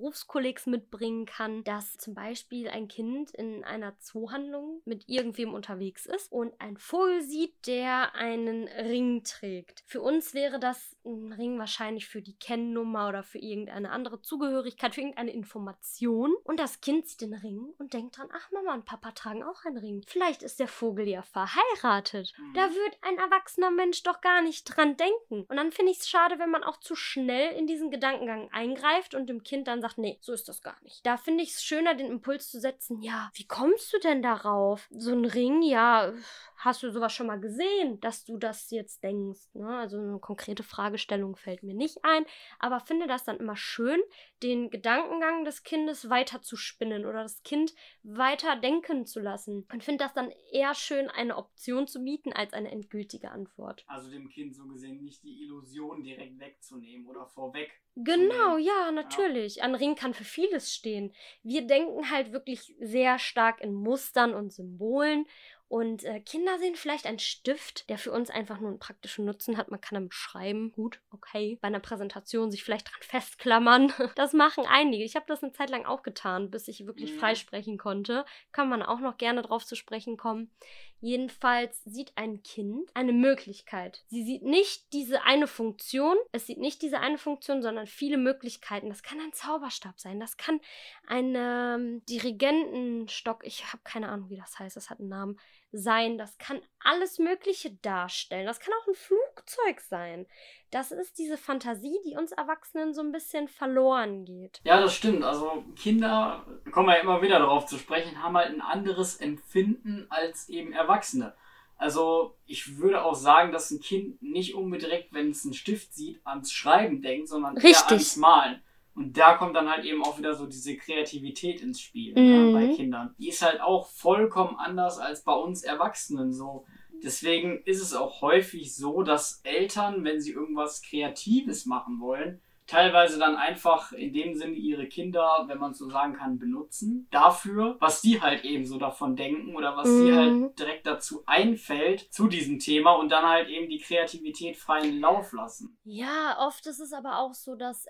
S2: unterwegs mitbringen kann, dass zum Beispiel ein Kind in einer Zoohandlung mit irgendwem unterwegs ist und einen Vogel sieht, der einen Ring trägt. Für uns wäre das ein Ring wahrscheinlich für die Kennnummer oder für irgendeine andere Zugehörigkeit, für irgendeine Information. Und das Kind sieht den Ring und denkt dran, ach, Mama und Papa tragen auch einen Ring. Vielleicht ist der Vogel ja verheiratet. Mhm. Da wird ein erwachsener Mensch doch gar nicht dran denken. Und dann finde ich es schade, wenn man auch zu schnell in diesen Gedankengang eingreift und dem Kind dann sagt, nee, so ist das gar nicht. Da finde ich es schöner, den Impuls zu setzen, ja, wie kommst du denn darauf? So ein Ring, ja, hast du sowas schon mal gesehen, dass du das jetzt denkst, ne? Also eine konkrete Fragestellung fällt mir nicht ein, aber finde das dann immer schön, den Gedankengang des Kindes weiter zu spinnen oder das Kind weiter denken zu lassen. Und finde das dann eher schön, eine Option zu bieten, als eine endgültige Antwort.
S1: Also dem Kind so gesehen nicht die Illusion direkt wegzunehmen oder vorweg.
S2: Genau, ja, natürlich. Ja. Ein Ring kann für vieles stehen. Wir denken halt wirklich sehr stark in Mustern und Symbolen. Und äh, Kinder sehen vielleicht einen Stift, der für uns einfach nur einen praktischen Nutzen hat. Man kann damit schreiben. Gut, okay. Bei einer Präsentation sich vielleicht dran festklammern. Das machen einige. Ich habe das eine Zeit lang auch getan, bis ich wirklich mhm. freisprechen konnte. Kann man auch noch gerne drauf zu sprechen kommen. Jedenfalls sieht ein Kind eine Möglichkeit. Sie sieht nicht diese eine Funktion. Es sieht nicht diese eine Funktion, sondern viele Möglichkeiten. Das kann ein Zauberstab sein. Das kann ein ähm, Dirigentenstock. Ich habe keine Ahnung, wie das heißt. Das hat einen Namen. Sein. Das kann alles Mögliche darstellen. Das kann auch ein Flugzeug sein. Das ist diese Fantasie, die uns Erwachsenen so ein bisschen verloren geht.
S1: Ja, das stimmt. Also Kinder, da kommen wir ja immer wieder darauf zu sprechen, haben halt ein anderes Empfinden als eben Erwachsene. Also ich würde auch sagen, dass ein Kind nicht unbedingt direkt, wenn es einen Stift sieht, ans Schreiben denkt, sondern
S2: Richtig.
S1: eher ans Malen. Und da kommt dann halt eben auch wieder so diese Kreativität ins Spiel,
S2: mhm.
S1: ne, bei Kindern. Die ist halt auch vollkommen anders als bei uns Erwachsenen so. Deswegen ist es auch häufig so, dass Eltern, wenn sie irgendwas Kreatives machen wollen, teilweise dann einfach in dem Sinne ihre Kinder, wenn man es so sagen kann, benutzen. Dafür, was die halt eben so davon denken oder was
S2: Mhm.
S1: sie halt direkt dazu einfällt zu diesem Thema und dann halt eben die Kreativität freien Lauf lassen.
S2: Ja, oft ist es aber auch so, dass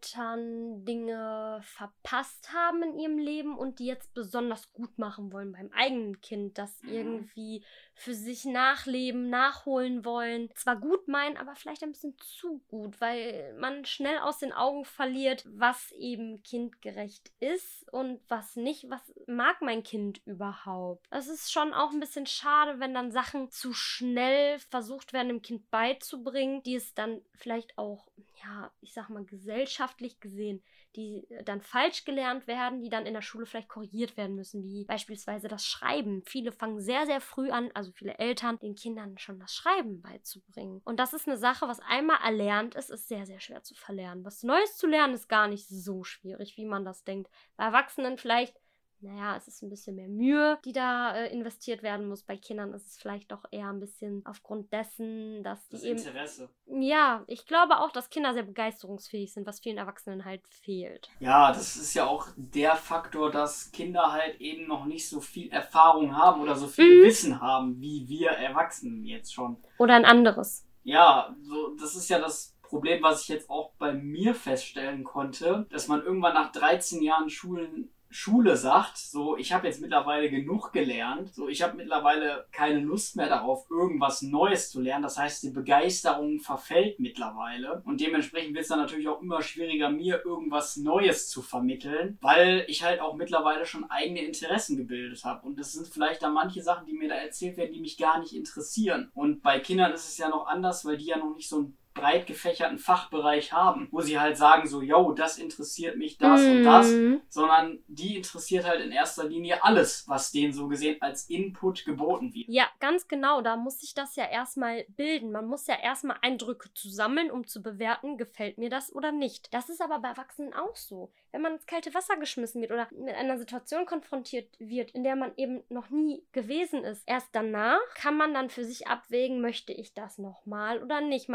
S2: Eltern Dinge verpasst haben in ihrem Leben und die jetzt besonders gut machen wollen beim eigenen Kind, das
S1: Mhm.
S2: irgendwie für sich nachleben, nachholen wollen. Zwar gut meinen, aber vielleicht ein bisschen zu gut, weil man schnell aus den Augen verliert, was eben kindgerecht ist und was nicht. Was mag mein Kind überhaupt? Es ist schon auch ein bisschen schade, wenn dann Sachen zu schnell versucht werden, dem Kind beizubringen, die es dann vielleicht auch, ja, ich sag mal, gesellschaftlich gesehen, die dann falsch gelernt werden, die dann in der Schule vielleicht korrigiert werden müssen, wie beispielsweise das Schreiben. Viele fangen sehr, sehr früh an, also viele Eltern, den Kindern schon das Schreiben beizubringen. Und das ist eine Sache, was einmal erlernt ist, ist sehr, sehr schwer zu verlernen. Was Neues zu lernen ist gar nicht so schwierig, wie man das denkt. Bei Erwachsenen vielleicht, naja, es ist ein bisschen mehr Mühe, die da äh, investiert werden muss. Bei Kindern ist es vielleicht doch eher ein bisschen aufgrund dessen, dass die
S1: Das
S2: eben...
S1: Interesse.
S2: Ja, ich glaube auch, dass Kinder sehr begeisterungsfähig sind, was vielen Erwachsenen halt fehlt.
S1: Ja, das ist ja auch der Faktor, dass Kinder halt eben noch nicht so viel Erfahrung haben oder so viel
S2: Mhm.
S1: Wissen haben, wie wir Erwachsenen jetzt schon.
S2: Oder ein anderes.
S1: Ja, so, das ist ja das Problem, was ich jetzt auch bei mir feststellen konnte, dass man irgendwann nach dreizehn Jahren Schulen, Schule sagt, so, ich habe jetzt mittlerweile genug gelernt, so, ich habe mittlerweile keine Lust mehr darauf, irgendwas Neues zu lernen. Das heißt, die Begeisterung verfällt mittlerweile und dementsprechend wird es dann natürlich auch immer schwieriger, mir irgendwas Neues zu vermitteln, weil ich halt auch mittlerweile schon eigene Interessen gebildet habe und das sind vielleicht dann manche Sachen, die mir da erzählt werden, die mich gar nicht interessieren. Und bei Kindern ist es ja noch anders, weil die ja noch nicht so ein breit gefächerten Fachbereich haben, wo sie halt sagen so, yo, das interessiert mich, das
S2: Mhm.
S1: und das, sondern die interessiert halt in erster Linie alles, was denen so gesehen als Input geboten wird.
S2: Ja, ganz genau. Da muss sich das ja erstmal bilden. Man muss ja erstmal Eindrücke zu sammeln, um zu bewerten, gefällt mir das oder nicht. Das ist aber bei Erwachsenen auch so. Wenn man ins kalte Wasser geschmissen wird oder mit einer Situation konfrontiert wird, in der man eben noch nie gewesen ist, erst danach kann man dann für sich abwägen, möchte ich das nochmal oder nicht. Manche Sachen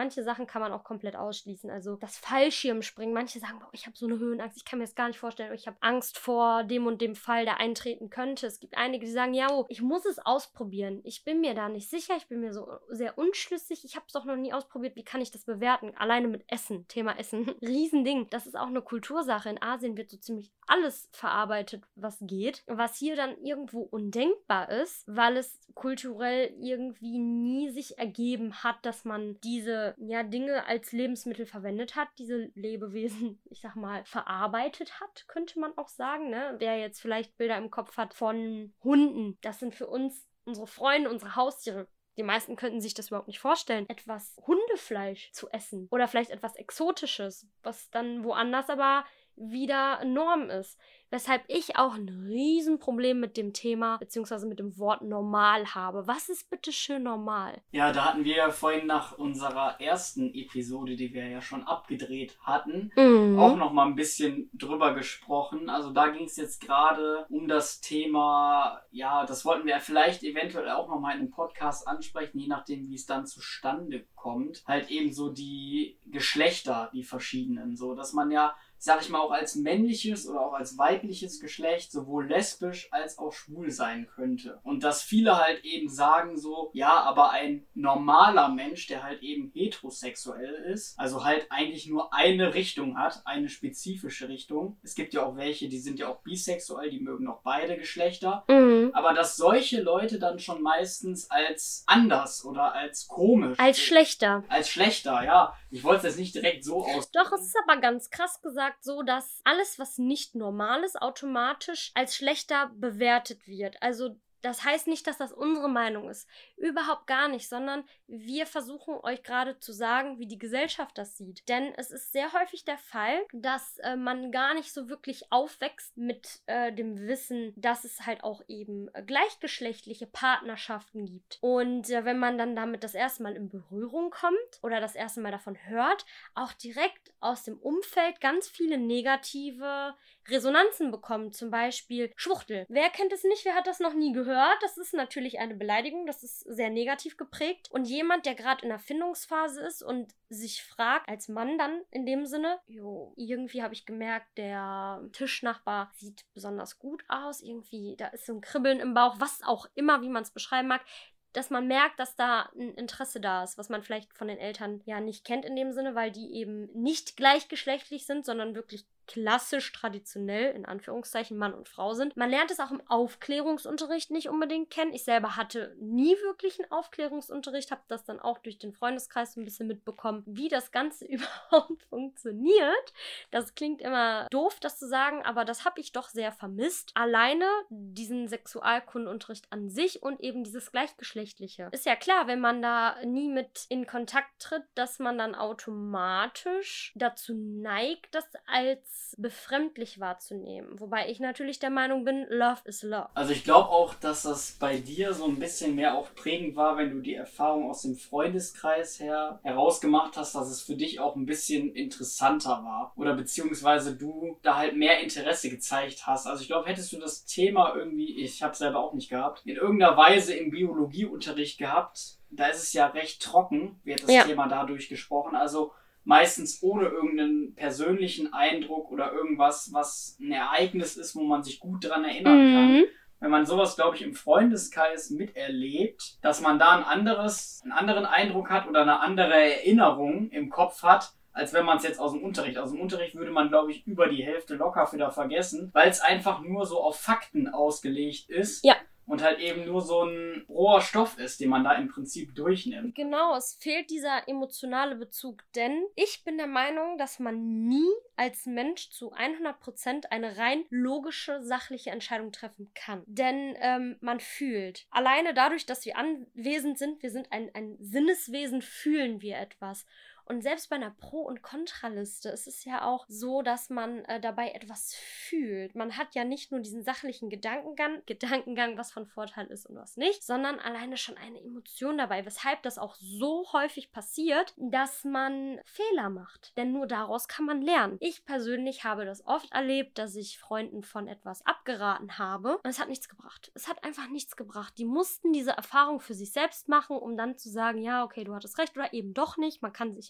S2: kann man auch komplett ausschließen. Also das Fallschirmspringen, manche sagen, boah, ich habe so eine Höhenangst, ich kann mir das gar nicht vorstellen, ich habe Angst vor dem und dem Fall, der eintreten könnte. Es gibt einige, die sagen, ja, oh, ich muss es ausprobieren. Ich bin mir da nicht sicher, ich bin mir so sehr unschlüssig, ich habe es doch noch nie ausprobiert, wie kann ich das bewerten? Alleine mit Essen, Thema Essen, Riesending. Das ist auch eine Kultursache. In Asien wird so ziemlich alles verarbeitet, was geht, was hier dann irgendwo undenkbar ist, weil es kulturell irgendwie nie sich ergeben hat, dass man diese ja, Dinge als Lebensmittel verwendet hat, diese Lebewesen, ich sag mal, verarbeitet hat, könnte man auch sagen, ne? Wer jetzt vielleicht Bilder im Kopf hat von Hunden, das sind für uns unsere Freunde, unsere Haustiere. Die meisten könnten sich das überhaupt nicht vorstellen, etwas Hundefleisch zu essen oder vielleicht etwas Exotisches, was dann woanders aber wieder Norm ist. Weshalb ich auch ein Riesenproblem mit dem Thema bzw. mit dem Wort normal habe. Was ist bitte schön normal?
S1: Ja, da hatten wir ja vorhin nach unserer ersten Episode, die wir ja schon abgedreht hatten, mhm. auch noch mal ein bisschen drüber gesprochen. Also da ging es jetzt gerade um das Thema, ja, das wollten wir vielleicht eventuell auch noch mal in einem Podcast ansprechen, je nachdem, wie es dann zustande kommt. Halt eben so die Geschlechter, die verschiedenen, so, dass man ja, sag ich mal, auch als männliches oder auch als weibliches Geschlecht sowohl lesbisch als auch schwul sein könnte. Und dass viele halt eben sagen so, ja, aber ein normaler Mensch, der halt eben heterosexuell ist, also halt eigentlich nur eine Richtung hat, eine spezifische Richtung. Es gibt ja auch welche, die sind ja auch bisexuell, die mögen auch beide Geschlechter. Mhm. Aber dass solche Leute dann schon meistens als anders oder als komisch...
S2: Als schlechter.
S1: Als schlechter, ja. Ich wollte es jetzt nicht direkt so aus...
S2: Doch, es ist aber ganz krass gesagt so, dass alles, was nicht normal ist, automatisch als schlechter bewertet wird. Also das heißt nicht, dass das unsere Meinung ist. Überhaupt gar nicht, sondern wir versuchen euch gerade zu sagen, wie die Gesellschaft das sieht. Denn es ist sehr häufig der Fall, dass äh, man gar nicht so wirklich aufwächst mit äh, dem Wissen, dass es halt auch eben äh, gleichgeschlechtliche Partnerschaften gibt. Und äh, wenn man dann damit das erste Mal in Berührung kommt oder das erste Mal davon hört, auch direkt aus dem Umfeld ganz viele negative Resonanzen bekommt. Zum Beispiel Schwuchtel. Wer kennt es nicht? Wer hat das noch nie gehört? Das ist natürlich eine Beleidigung, das ist sehr negativ geprägt. Und jemand, der gerade in der Findungsphase ist und sich fragt, als Mann dann in dem Sinne, jo, irgendwie habe ich gemerkt, der Tischnachbar sieht besonders gut aus, irgendwie, da ist so ein Kribbeln im Bauch, was auch immer, wie man es beschreiben mag, dass man merkt, dass da ein Interesse da ist, was man vielleicht von den Eltern ja nicht kennt in dem Sinne, weil die eben nicht gleichgeschlechtlich sind, sondern wirklich klassisch, traditionell, in Anführungszeichen, Mann und Frau sind. Man lernt es auch im Aufklärungsunterricht nicht unbedingt kennen. Ich selber hatte nie wirklich einen Aufklärungsunterricht, habe das dann auch durch den Freundeskreis so ein bisschen mitbekommen, wie das Ganze überhaupt funktioniert. Das klingt immer doof, das zu sagen, aber das habe ich doch sehr vermisst. Alleine diesen Sexualkundenunterricht an sich und eben dieses Gleichgeschlechtliche. Ist ja klar, wenn man da nie mit in Kontakt tritt, dass man dann automatisch dazu neigt, das als befremdlich wahrzunehmen. Wobei ich natürlich der Meinung bin, Love is Love.
S1: Also ich glaube auch, dass das bei dir so ein bisschen mehr auch prägend war, wenn du die Erfahrung aus dem Freundeskreis her herausgemacht hast, dass es für dich auch ein bisschen interessanter war. Oder beziehungsweise du da halt mehr Interesse gezeigt hast. Also ich glaube, hättest du das Thema irgendwie, ich habe es selber auch nicht gehabt, in irgendeiner Weise im Biologieunterricht gehabt, da ist es ja recht trocken, wird das ja. Thema dadurch gesprochen. Also meistens ohne irgendeinen persönlichen Eindruck oder irgendwas, was ein Ereignis ist, wo man sich gut dran erinnern mhm. kann. Wenn man sowas, glaube ich, im Freundeskreis miterlebt, dass man da ein anderes, einen anderen Eindruck hat oder eine andere Erinnerung im Kopf hat, als wenn man es jetzt aus dem Unterricht. Aus dem Unterricht würde man, glaube ich, über die Hälfte locker wieder vergessen, weil es einfach nur so auf Fakten ausgelegt ist. Ja. Und halt eben nur so ein roher Stoff ist, den man da im Prinzip durchnimmt.
S2: Genau, es fehlt dieser emotionale Bezug, denn ich bin der Meinung, dass man nie als Mensch zu hundert Prozent eine rein logische, sachliche Entscheidung treffen kann. Denn ähm, man fühlt. Alleine dadurch, dass wir anwesend sind, wir sind ein, ein Sinneswesen, fühlen wir etwas. Und selbst bei einer Pro- und Kontraliste ist es ja auch so, dass man äh, dabei etwas fühlt. Man hat ja nicht nur diesen sachlichen Gedankengang, Gedankengang, was von Vorteil ist und was nicht, sondern alleine schon eine Emotion dabei, weshalb das auch so häufig passiert, dass man Fehler macht. Denn nur daraus kann man lernen. Ich persönlich habe das oft erlebt, dass ich Freunden von etwas abgeraten habe und es hat nichts gebracht. Es hat einfach nichts gebracht. Die mussten diese Erfahrung für sich selbst machen, um dann zu sagen, ja, okay, du hattest recht oder eben doch nicht. Man kann sich ja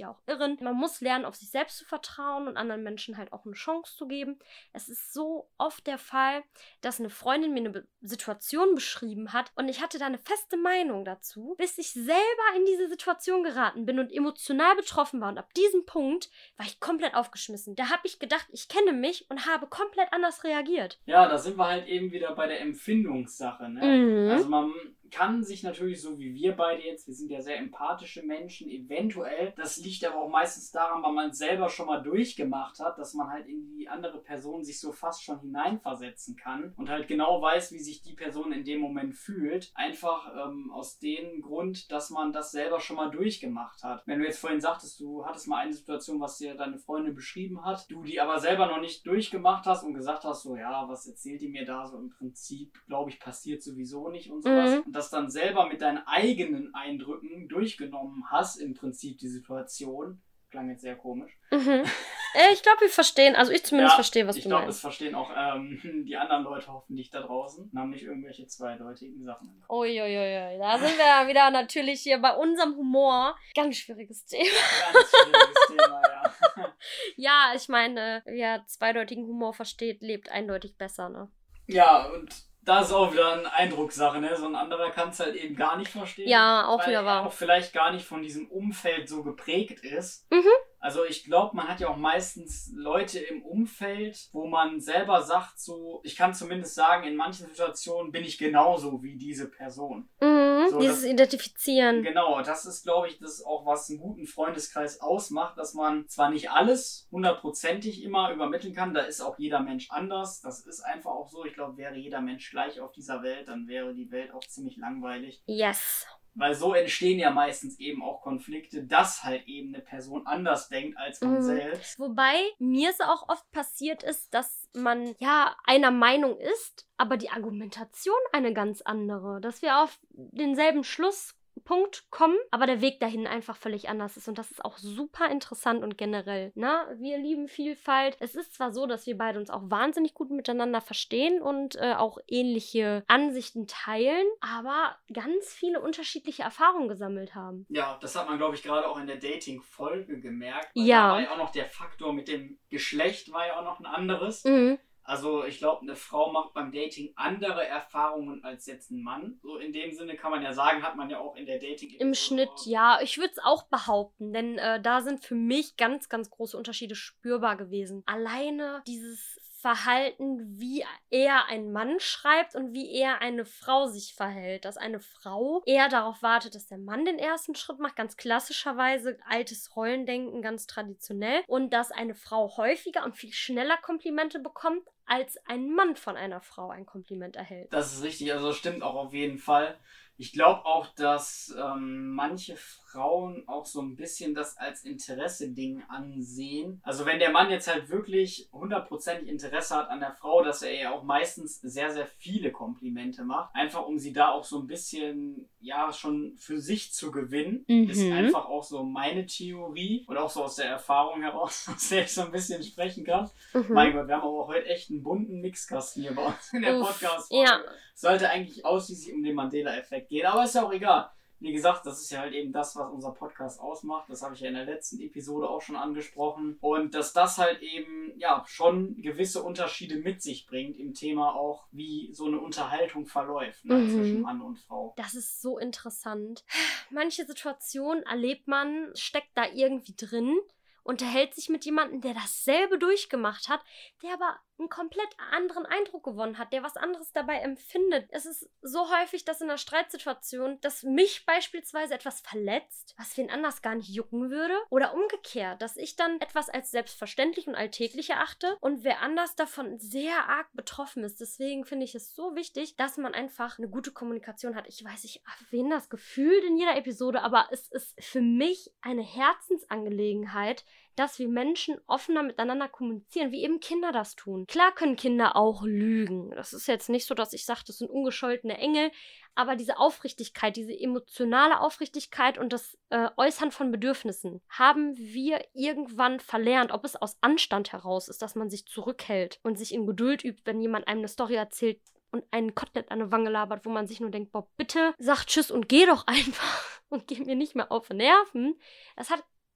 S2: ja auch irren. Man muss lernen, auf sich selbst zu vertrauen und anderen Menschen halt auch eine Chance zu geben. Es ist so oft der Fall, dass eine Freundin mir eine Be- Situation beschrieben hat und ich hatte da eine feste Meinung dazu, bis ich selber in diese Situation geraten bin und emotional betroffen war. Und ab diesem Punkt war ich komplett aufgeschmissen. Da habe ich gedacht, ich kenne mich und habe komplett anders reagiert.
S1: Ja, da sind wir halt eben wieder bei der Empfindungssache, ne?
S2: Mhm.
S1: Also man kann sich natürlich, so wie wir beide jetzt, wir sind ja sehr empathische Menschen, eventuell, das liegt aber auch meistens daran, weil man es selber schon mal durchgemacht hat, dass man halt in die andere Person sich so fast schon hineinversetzen kann und halt genau weiß, wie sich die Person in dem Moment fühlt. Einfach ähm, aus dem Grund, dass man das selber schon mal durchgemacht hat. Wenn du jetzt vorhin sagtest, du hattest mal eine Situation, was dir deine Freundin beschrieben hat, du die aber selber noch nicht durchgemacht hast und gesagt hast, so ja, was erzählt die mir da so im Prinzip, glaube ich, passiert sowieso nicht und sowas.
S2: Mhm.
S1: Und das dann selber mit deinen eigenen Eindrücken durchgenommen hast, im Prinzip die Situation. Klang jetzt sehr komisch.
S2: Mhm. Äh, ich glaube, wir verstehen, also ich zumindest
S1: ja,
S2: verstehe, was
S1: ich
S2: du
S1: glaub,
S2: meinst.
S1: Ich glaube, es verstehen auch ähm, die anderen Leute hoffentlich da draußen. Und haben nicht irgendwelche zweideutigen Sachen.
S2: Uiuiui, da sind wir ja wieder natürlich hier bei unserem Humor. Ganz schwieriges Thema.
S1: Ganz schwieriges Thema, ja.
S2: Ja, ich meine, wer zweideutigen Humor versteht, lebt eindeutig besser, ne?
S1: Ja, und das ist auch wieder eine Eindruckssache, ne? So ein anderer kann es halt eben gar nicht verstehen.
S2: Ja, auch
S1: weil
S2: wieder
S1: er
S2: wahr.
S1: auch vielleicht gar nicht von diesem Umfeld so geprägt ist.
S2: Mhm.
S1: Also ich glaube, man hat ja auch meistens Leute im Umfeld, wo man selber sagt so, ich kann zumindest sagen, in manchen Situationen bin ich genauso wie diese Person.
S2: Mhm,
S1: So,
S2: dieses
S1: das,
S2: Identifizieren.
S1: Genau, das ist, glaube ich, das auch, was einen guten Freundeskreis ausmacht, dass man zwar nicht alles hundertprozentig immer übermitteln kann, da ist auch jeder Mensch anders, das ist einfach auch so. Ich glaube, wäre jeder Mensch gleich auf dieser Welt, dann wäre die Welt auch ziemlich langweilig.
S2: Yes.
S1: Weil so entstehen ja meistens eben auch Konflikte, dass halt eben eine Person anders denkt als man
S2: Mhm.
S1: selbst.
S2: Wobei mir es auch oft passiert ist, dass man ja einer Meinung ist, aber die Argumentation eine ganz andere. Dass wir auf denselben Schlusspunkt kommen, aber der Weg dahin einfach völlig anders ist. Und das ist auch super interessant und generell. Ne? Wir lieben Vielfalt. Es ist zwar so, dass wir beide uns auch wahnsinnig gut miteinander verstehen und äh, auch ähnliche Ansichten teilen, aber ganz viele unterschiedliche Erfahrungen gesammelt haben.
S1: Ja, das hat man, glaube ich, gerade auch in der Dating-Folge gemerkt. Weil
S2: Ja.
S1: Da war ja auch noch der Faktor mit dem Geschlecht war ja auch noch ein anderes.
S2: Mhm.
S1: Also ich glaube, eine Frau macht beim Dating andere Erfahrungen als jetzt ein Mann. So in dem Sinne kann man ja sagen, hat man ja auch in der dating
S2: Im Schnitt, ja. Ich würde es auch behaupten, denn äh, da sind für mich ganz, ganz große Unterschiede spürbar gewesen. Alleine dieses Verhalten, wie eher ein Mann schreibt und wie eher eine Frau sich verhält. Dass eine Frau eher darauf wartet, dass der Mann den ersten Schritt macht, ganz klassischerweise, altes Rollendenken, ganz traditionell. Und dass eine Frau häufiger und viel schneller Komplimente bekommt, als ein Mann von einer Frau ein Kompliment erhält.
S1: Das ist richtig, also stimmt auch auf jeden Fall. Ich glaube auch, dass ähm, manche Frauen auch so ein bisschen das als Interesse-Ding ansehen. Also wenn der Mann jetzt halt wirklich hundertprozentig Interesse hat an der Frau, dass er ihr auch meistens sehr, sehr viele Komplimente macht. Einfach um sie da auch so ein bisschen, ja, schon für sich zu gewinnen.
S2: Mhm.
S1: Ist einfach auch so meine Theorie und auch so aus der Erfahrung heraus, aus der ich so ein bisschen sprechen kann.
S2: Mhm.
S1: Mein Gott, wir haben aber auch heute echt einen bunten Mixkasten hier bei uns in der
S2: Uff,
S1: Podcast-Folge.
S2: ja.
S1: Sollte eigentlich ausschließlich um den Mandela-Effekt gehen, aber ist ja auch egal. Wie gesagt, das ist ja halt eben das, was unser Podcast ausmacht. Das habe ich ja in der letzten Episode auch schon angesprochen. Und dass das halt eben, ja, schon gewisse Unterschiede mit sich bringt im Thema auch, wie so eine Unterhaltung verläuft, ne,
S2: Mhm.
S1: zwischen Mann und Frau.
S2: Das ist so interessant. Manche Situationen erlebt man, steckt da irgendwie drin, unterhält sich mit jemandem, der dasselbe durchgemacht hat, der aber einen komplett anderen Eindruck gewonnen hat, der was anderes dabei empfindet. Es ist so häufig, dass in einer Streitsituation, dass mich beispielsweise etwas verletzt, was wen anders gar nicht jucken würde, oder umgekehrt, dass ich dann etwas als selbstverständlich und alltäglich erachte und wer anders davon sehr arg betroffen ist. Deswegen finde ich es so wichtig, dass man einfach eine gute Kommunikation hat. Ich weiß, ich erwähne das gefühlt in jeder Episode, aber es ist für mich eine Herzensangelegenheit, dass wir Menschen offener miteinander kommunizieren, wie eben Kinder das tun. Klar können Kinder auch lügen. Das ist jetzt nicht so, dass ich sage, das sind ungescholtene Engel, aber diese Aufrichtigkeit, diese emotionale Aufrichtigkeit und das äh, Äußern von Bedürfnissen haben wir irgendwann verlernt, ob es aus Anstand heraus ist, dass man sich zurückhält und sich in Geduld übt, wenn jemand einem eine Story erzählt und einen Kotelett an eine Wange labert, wo man sich nur denkt, boah, bitte sag Tschüss und geh doch einfach und geh mir nicht mehr auf die Nerven. Das hat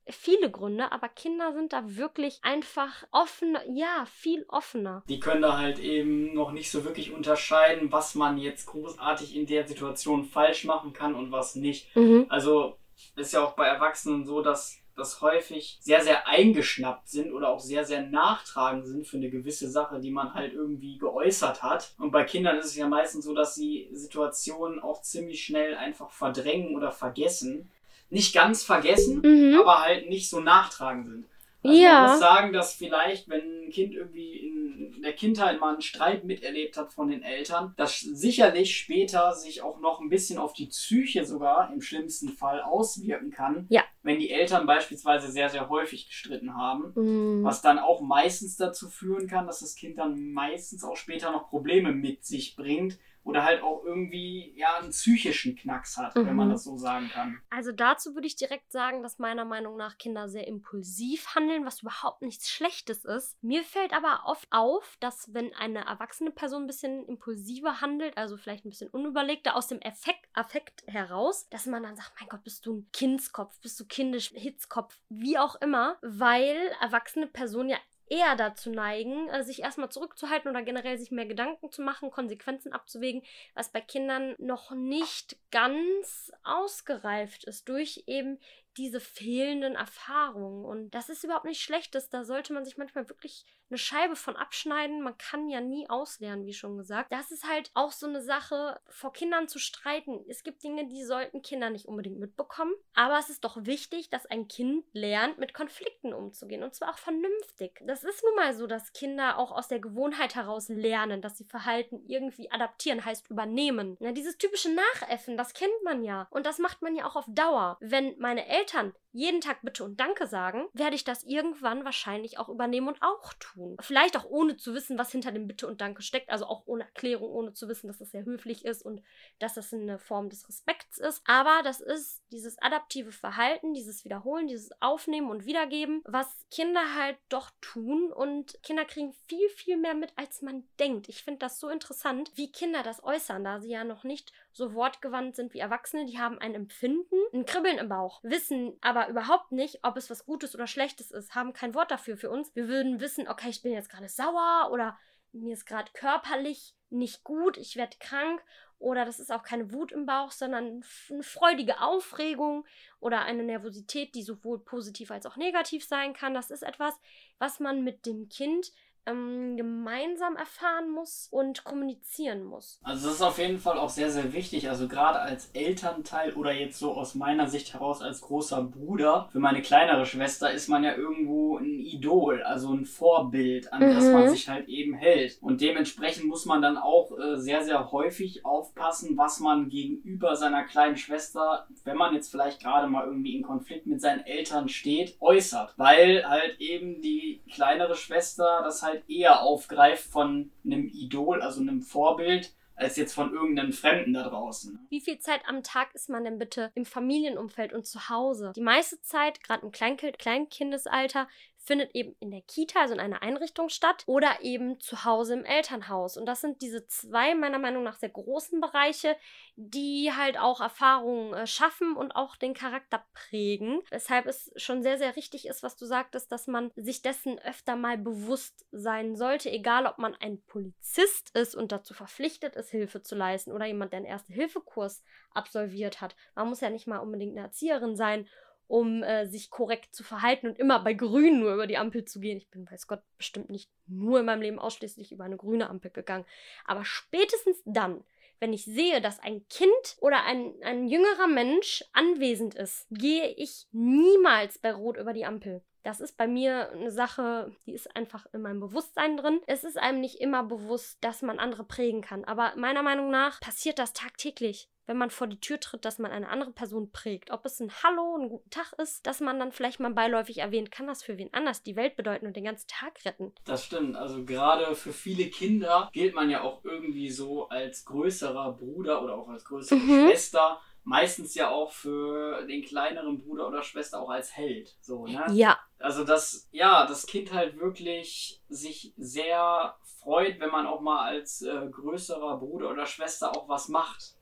S2: viele Gründe, aber Kinder sind da wirklich einfach offener, ja, viel offener.
S1: Die können da halt eben noch nicht so wirklich unterscheiden, was man jetzt großartig in der Situation falsch machen kann und was nicht.
S2: Mhm.
S1: Also ist ja auch bei Erwachsenen so, dass das häufig sehr, sehr eingeschnappt sind oder auch sehr, sehr nachtragend sind für eine gewisse Sache, die man halt irgendwie geäußert hat. Und bei Kindern ist es ja meistens so, dass sie Situationen auch ziemlich schnell einfach verdrängen oder vergessen. Nicht ganz vergessen,
S2: Mhm.
S1: aber halt nicht so nachtragend sind. Also
S2: Ja.
S1: man muss sagen, dass vielleicht, wenn ein Kind irgendwie in der Kindheit mal einen Streit miterlebt hat von den Eltern, das sicherlich später sich auch noch ein bisschen auf die Psyche sogar im schlimmsten Fall auswirken kann,
S2: Ja.
S1: wenn die Eltern beispielsweise sehr, sehr häufig gestritten haben,
S2: Mhm.
S1: was dann auch meistens dazu führen kann, dass das Kind dann meistens auch später noch Probleme mit sich bringt oder halt auch irgendwie ja einen psychischen Knacks hat,
S2: Mhm.
S1: wenn man das so sagen kann.
S2: Also dazu würde ich direkt sagen, dass meiner Meinung nach Kinder sehr impulsiv handeln, was überhaupt nichts Schlechtes ist. Mir fällt aber oft auf, dass wenn eine erwachsene Person ein bisschen impulsiver handelt, also vielleicht ein bisschen unüberlegter, aus dem Affekt, Affekt heraus, dass man dann sagt, mein Gott, bist du ein Kindskopf, bist du kindisch, Hitzkopf, wie auch immer, weil erwachsene Personen ja eher dazu neigen, sich erstmal zurückzuhalten oder generell sich mehr Gedanken zu machen, Konsequenzen abzuwägen, was bei Kindern noch nicht ganz ausgereift ist durch eben diese fehlenden Erfahrungen. Und das ist überhaupt nicht Schlechtes. Da sollte man sich manchmal wirklich eine Scheibe von abschneiden. Man kann ja nie auslernen, wie schon gesagt. Das ist halt auch so eine Sache, vor Kindern zu streiten. Es gibt Dinge, die sollten Kinder nicht unbedingt mitbekommen. Aber es ist doch wichtig, dass ein Kind lernt, mit Konflikten umzugehen. Und zwar auch vernünftig. Das ist nun mal so, dass Kinder auch aus der Gewohnheit heraus lernen, dass sie Verhalten irgendwie adaptieren, heißt übernehmen. Na, dieses typische Nachäffen, das kennt man ja. Und das macht man ja auch auf Dauer. Wenn meine Eltern jeden Tag Bitte und Danke sagen, werde ich das irgendwann wahrscheinlich auch übernehmen und auch tun. Vielleicht auch ohne zu wissen, was hinter dem Bitte und Danke steckt, also auch ohne Erklärung, ohne zu wissen, dass das sehr höflich ist und dass das eine Form des Respekts ist. Aber das ist dieses adaptive Verhalten, dieses Wiederholen, dieses Aufnehmen und Wiedergeben, was Kinder halt doch tun, und Kinder kriegen viel, viel mehr mit, als man denkt. Ich finde das so interessant, wie Kinder das äußern, da sie ja noch nicht so wortgewandt sind wie Erwachsene. Die haben ein Empfinden, ein Kribbeln im Bauch, wissen aber überhaupt nicht, ob es was Gutes oder Schlechtes ist, haben kein Wort dafür für uns. Wir würden wissen, okay, ich bin jetzt gerade sauer oder mir ist gerade körperlich nicht gut, ich werde krank, oder das ist auch keine Wut im Bauch, sondern eine freudige Aufregung oder eine Nervosität, die sowohl positiv als auch negativ sein kann. Das ist etwas, was man mit dem Kind ähm, gemeinsam erfahren muss und kommunizieren muss.
S1: Also das ist auf jeden Fall auch sehr, sehr wichtig. Also gerade als Elternteil oder jetzt so aus meiner Sicht heraus als großer Bruder, für meine kleinere Schwester ist man ja irgendwo ein Idol, also ein Vorbild, an
S2: Mhm.
S1: das man sich halt eben hält. Und dementsprechend muss man dann auch äh, sehr, sehr häufig aufpassen, was man gegenüber seiner kleinen Schwester, wenn man jetzt vielleicht gerade mal irgendwie in Konflikt mit seinen Eltern steht, äußert. Weil halt eben die kleinere Schwester das halt eher aufgreift von einem Idol, also einem Vorbild, als jetzt von irgendeinem Fremden da draußen.
S2: Wie viel Zeit am Tag ist man denn bitte im Familienumfeld und zu Hause? Die meiste Zeit, gerade im Kleinkind- Kleinkindesalter, findet eben in der Kita, also in einer Einrichtung statt, oder eben zu Hause im Elternhaus. Und das sind diese zwei, meiner Meinung nach, sehr großen Bereiche, die halt auch Erfahrungen äh, schaffen und auch den Charakter prägen. Weshalb es schon sehr, sehr richtig ist, was du sagtest, dass man sich dessen öfter mal bewusst sein sollte, egal ob man ein Polizist ist und dazu verpflichtet ist, Hilfe zu leisten, oder jemand, der einen Erste-Hilfe-Kurs absolviert hat. Man muss ja nicht mal unbedingt eine Erzieherin sein, um äh, sich korrekt zu verhalten und immer bei Grün nur über die Ampel zu gehen. Ich bin, weiß Gott, bestimmt nicht nur in meinem Leben ausschließlich über eine grüne Ampel gegangen. Aber spätestens dann, wenn ich sehe, dass ein Kind oder ein, ein jüngerer Mensch anwesend ist, gehe ich niemals bei Rot über die Ampel. Das ist bei mir eine Sache, die ist einfach in meinem Bewusstsein drin. Es ist einem nicht immer bewusst, dass man andere prägen kann. Aber meiner Meinung nach passiert das tagtäglich, wenn man vor die Tür tritt, dass man eine andere Person prägt. Ob es ein Hallo, einen guten Tag ist, dass man dann vielleicht mal beiläufig erwähnt, kann das für wen anders die Welt bedeuten und den ganzen Tag retten.
S1: Das stimmt. Also gerade für viele Kinder gilt man ja auch irgendwie so als größerer Bruder oder auch als größere
S2: Mhm.
S1: Schwester. Meistens ja auch für den kleineren Bruder oder Schwester auch als Held. So, ne?
S2: Ja.
S1: Also dass, ja, das Kind halt wirklich sich sehr freut, wenn man auch mal als äh, größerer Bruder oder Schwester auch was macht. So.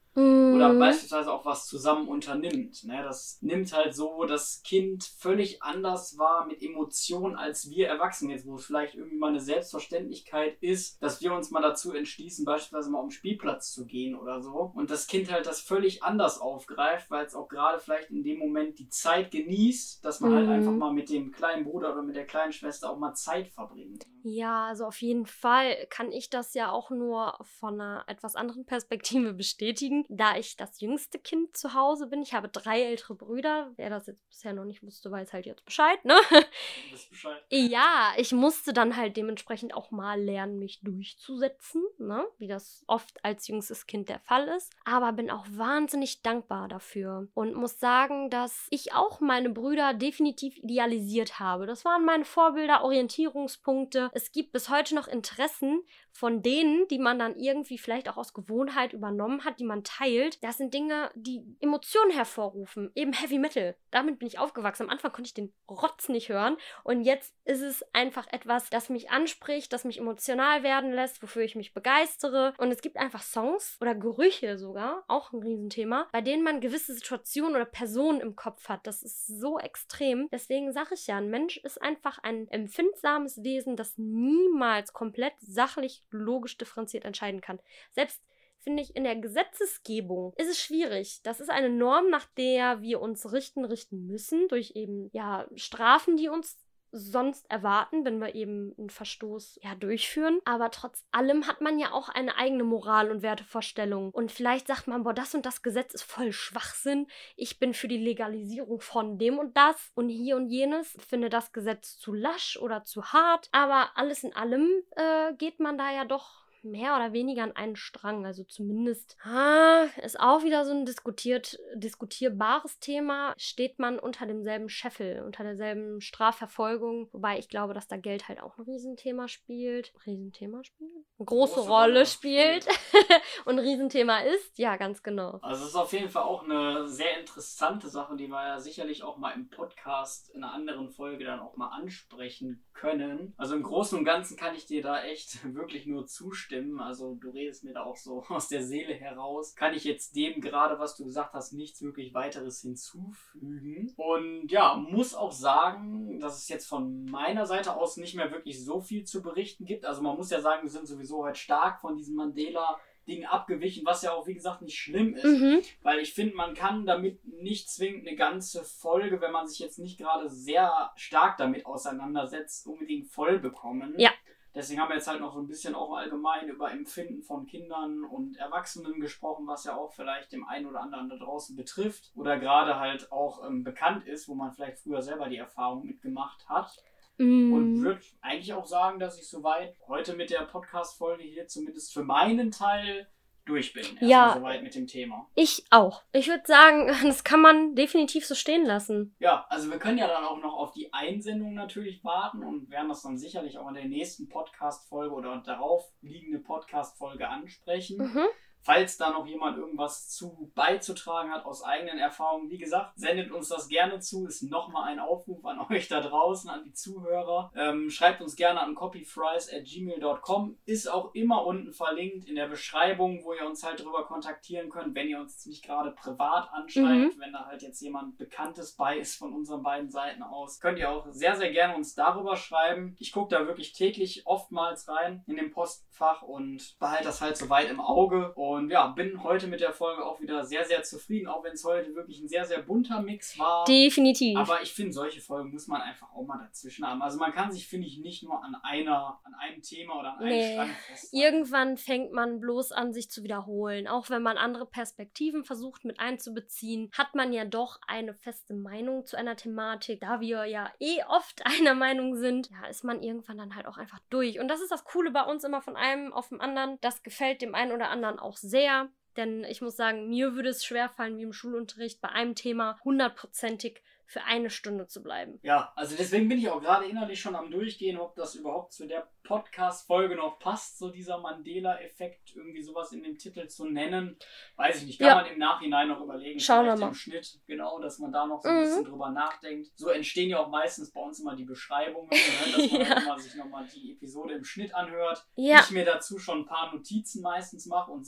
S2: Mm.
S1: Oder beispielsweise auch was zusammen unternimmt. Ne? Das nimmt halt so das Kind völlig anders wahr mit Emotionen als wir Erwachsenen jetzt, wo es vielleicht irgendwie mal eine Selbstverständlichkeit ist, dass wir uns mal dazu entschließen, beispielsweise mal auf den Spielplatz zu gehen oder so. Und das Kind halt das völlig anders aufgreift, weil es auch gerade vielleicht in dem Moment die Zeit genießt, dass man mm. halt einfach mal mit dem kleinen Bruder oder mit der kleinen Schwester auch mal Zeit verbringt.
S2: Ja, also auf jeden Fall kann ich das ja auch nur von einer etwas anderen Perspektive bestätigen, da ich das jüngste Kind zu Hause bin. Ich habe drei ältere Brüder. Wer das jetzt bisher noch nicht wusste, weiß halt jetzt Bescheid, ne?
S1: Du weißt Bescheid.
S2: Ja, ich musste dann halt dementsprechend auch mal lernen, mich durchzusetzen, ne? Wie das oft als jüngstes Kind der Fall ist. Aber bin auch wahnsinnig dankbar dafür und muss sagen, dass ich auch meine Brüder definitiv idealisiert habe. Das waren meine Vorbilder, Orientierungspunkte. Es gibt bis heute noch Interessen von denen, die man dann irgendwie vielleicht auch aus Gewohnheit übernommen hat, die man teilt. Das sind Dinge, die Emotionen hervorrufen. Eben Heavy Metal. Damit bin ich aufgewachsen. Am Anfang konnte ich den Rotz nicht hören. Und jetzt ist es einfach etwas, das mich anspricht, das mich emotional werden lässt, wofür ich mich begeistere. Und es gibt einfach Songs oder Gerüche sogar, auch ein Riesenthema, bei denen man gewisse Situationen oder Personen im Kopf hat. Das ist so extrem. Deswegen sage ich ja, ein Mensch ist einfach ein empfindsames Wesen, das niemals komplett sachlich, logisch differenziert entscheiden kann. Selbst finde ich, in der Gesetzesgebung ist es schwierig. Das ist eine Norm, nach der wir uns richten, richten müssen, durch eben, ja, Strafen, die uns sonst erwarten, wenn wir eben einen Verstoß ja durchführen. Aber trotz allem hat man ja auch eine eigene Moral und Wertevorstellung. Und vielleicht sagt man, boah, das und das Gesetz ist voll Schwachsinn. Ich bin für die Legalisierung von dem und das und hier und jenes. Finde das Gesetz zu lasch oder zu hart. Aber alles in allem äh, geht man da ja doch mehr oder weniger an einen Strang. Also zumindest ah, ist auch wieder so ein diskutiert, diskutierbares Thema. Steht man unter demselben Scheffel, unter derselben Strafverfolgung. Wobei ich glaube, dass da Geld halt auch ein Riesenthema spielt. Riesenthema spielt? Eine große, große Rolle, Rolle spielt. Und ein Riesenthema ist. Ja, ganz genau.
S1: Also es ist auf jeden Fall auch eine sehr interessante Sache, die wir ja sicherlich auch mal im Podcast in einer anderen Folge dann auch mal ansprechen können. Also im Großen und Ganzen kann ich dir da echt wirklich nur zustimmen. Also du redest mir da auch so aus der Seele heraus. Kann ich jetzt dem gerade, was du gesagt hast, nichts wirklich weiteres hinzufügen. Und ja, muss auch sagen, dass es jetzt von meiner Seite aus nicht mehr wirklich so viel zu berichten gibt. Also man muss ja sagen, wir sind sowieso halt stark von diesem Mandela Ding abgewichen, was ja auch, wie gesagt, nicht schlimm ist. Mhm. Weil ich finde, man kann damit nicht zwingend eine ganze Folge, wenn man sich jetzt nicht gerade sehr stark damit auseinandersetzt, unbedingt voll bekommen.
S2: Ja.
S1: Deswegen haben wir jetzt halt noch so ein bisschen auch allgemein über Empfinden von Kindern und Erwachsenen gesprochen, was ja auch vielleicht dem einen oder anderen da draußen betrifft oder gerade halt auch ähm, bekannt ist, wo man vielleicht früher selber die Erfahrung mitgemacht hat. Mm. Und würde eigentlich auch sagen, dass ich soweit heute mit der Podcast-Folge hier zumindest für meinen Teil durch bin. Erstmal
S2: ja,
S1: soweit mit dem Thema.
S2: Ich auch. Ich würde sagen, das kann man definitiv so stehen lassen.
S1: Ja, also wir können ja dann auch noch auf die Einsendung natürlich warten und werden das dann sicherlich auch in der nächsten Podcast-Folge oder darauf liegende Podcast-Folge ansprechen. Mhm. Falls da noch jemand irgendwas zu beizutragen hat aus eigenen Erfahrungen, wie gesagt, sendet uns das gerne zu. Ist nochmal ein Aufruf an euch da draußen, an die Zuhörer. Ähm, schreibt uns gerne an copyfries at gmail dot com. Ist auch immer unten verlinkt in der Beschreibung, wo ihr uns halt drüber kontaktieren könnt, wenn ihr uns nicht gerade privat anschreibt. Mhm. Wenn da halt jetzt jemand Bekanntes bei ist von unseren beiden Seiten aus, könnt ihr auch sehr, sehr gerne uns darüber schreiben. Ich gucke da wirklich täglich oftmals rein in dem Postfach und behalte das halt so weit im Auge. Und ja, bin heute mit der Folge auch wieder sehr, sehr zufrieden, auch wenn es heute wirklich ein sehr, sehr bunter Mix war.
S2: Definitiv.
S1: Aber ich finde, solche Folgen muss man einfach auch mal dazwischen haben. Also man kann sich, finde ich, nicht nur an einer, an einem Thema oder an einem
S2: nee.
S1: Strang festhalten.
S2: Irgendwann fängt man bloß an, sich zu wiederholen. Auch wenn man andere Perspektiven versucht mit einzubeziehen, hat man ja doch eine feste Meinung zu einer Thematik. Da wir ja eh oft einer Meinung sind, ja, ist man irgendwann dann halt auch einfach durch. Und das ist das Coole bei uns immer von einem auf dem anderen. Das gefällt dem einen oder anderen auch sehr. Denn ich muss sagen, mir würde es schwerfallen, wie im Schulunterricht bei einem Thema hundertprozentig für eine Stunde zu bleiben.
S1: Ja, also deswegen bin ich auch gerade innerlich schon am Durchgehen, ob das überhaupt zu der Podcast-Folge noch passt, so dieser Mandela-Effekt, irgendwie sowas in dem Titel zu nennen. Weiß ich nicht, kann ja. man im Nachhinein noch überlegen.
S2: Schauen wir mal.
S1: Im Schnitt, genau, dass man da noch so ein mhm. bisschen drüber nachdenkt. So entstehen ja auch meistens bei uns immer die Beschreibungen, ne, dass man ja. halt immer sich nochmal die Episode im Schnitt anhört. Ja. Ich mir dazu schon ein paar Notizen meistens mache und sage,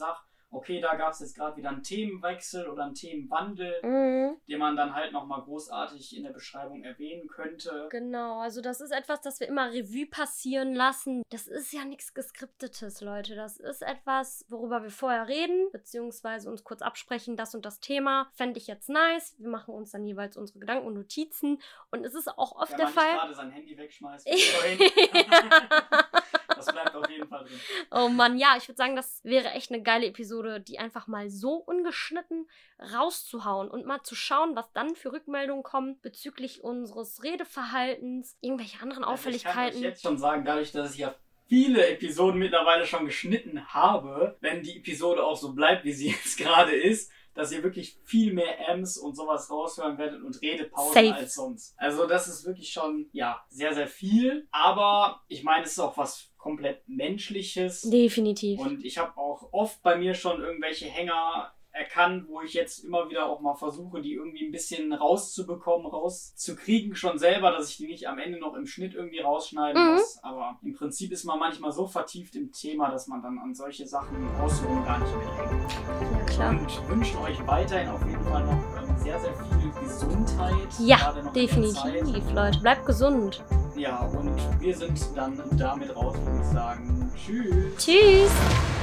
S1: okay, da gab es jetzt gerade wieder einen Themenwechsel oder einen Themenwandel,
S2: Mhm.
S1: den man dann halt nochmal großartig in der Beschreibung erwähnen könnte.
S2: Genau, also das ist etwas, das wir immer Revue passieren lassen. Das ist ja nichts Geskriptetes, Leute. Das ist etwas, worüber wir vorher reden, beziehungsweise uns kurz absprechen, das und das Thema. Fände ich jetzt nice. Wir machen uns dann jeweils unsere Gedanken und Notizen. Und es ist auch oft
S1: Wenn
S2: der
S1: man
S2: Fall.
S1: nicht gerade sein Handy wegschmeißt, wie vorhin. Das bleibt auf jeden Fall drin.
S2: Oh Mann, ja, ich würde sagen, das wäre echt eine geile Episode, die einfach mal so ungeschnitten rauszuhauen und mal zu schauen, was dann für Rückmeldungen kommen bezüglich unseres Redeverhaltens, irgendwelche anderen
S1: Also ich kann
S2: Auffälligkeiten.
S1: euch jetzt schon sagen, dadurch, dass ich ja viele Episoden mittlerweile schon geschnitten habe, wenn die Episode auch so bleibt, wie sie jetzt gerade ist, dass ihr wirklich viel mehr Ms und sowas raushören werdet und Redepausen
S2: Safe.
S1: als sonst. Also das ist wirklich schon, ja, sehr, sehr viel. Aber ich meine, es ist auch was komplett Menschliches.
S2: Definitiv.
S1: Und ich habe auch oft bei mir schon irgendwelche Hänger erkannt, wo ich jetzt immer wieder auch mal versuche, die irgendwie ein bisschen rauszubekommen, rauszukriegen schon selber, dass ich die nicht am Ende noch im Schnitt irgendwie rausschneiden
S2: Mhm.
S1: muss. Aber im Prinzip ist man manchmal so vertieft im Thema, dass man dann an solche Sachen rausholen gar nicht mehr denkt.
S2: Ja, klar.
S1: Und wünschen euch weiterhin auf jeden Fall noch ähm, sehr, sehr viel Gesundheit.
S2: Ja,
S1: gerade noch in der Zeit.
S2: definitiv, Leute. Bleibt gesund.
S1: Ja, und wir sind dann damit raus, würde ich sagen. Tschüss.
S2: Tschüss.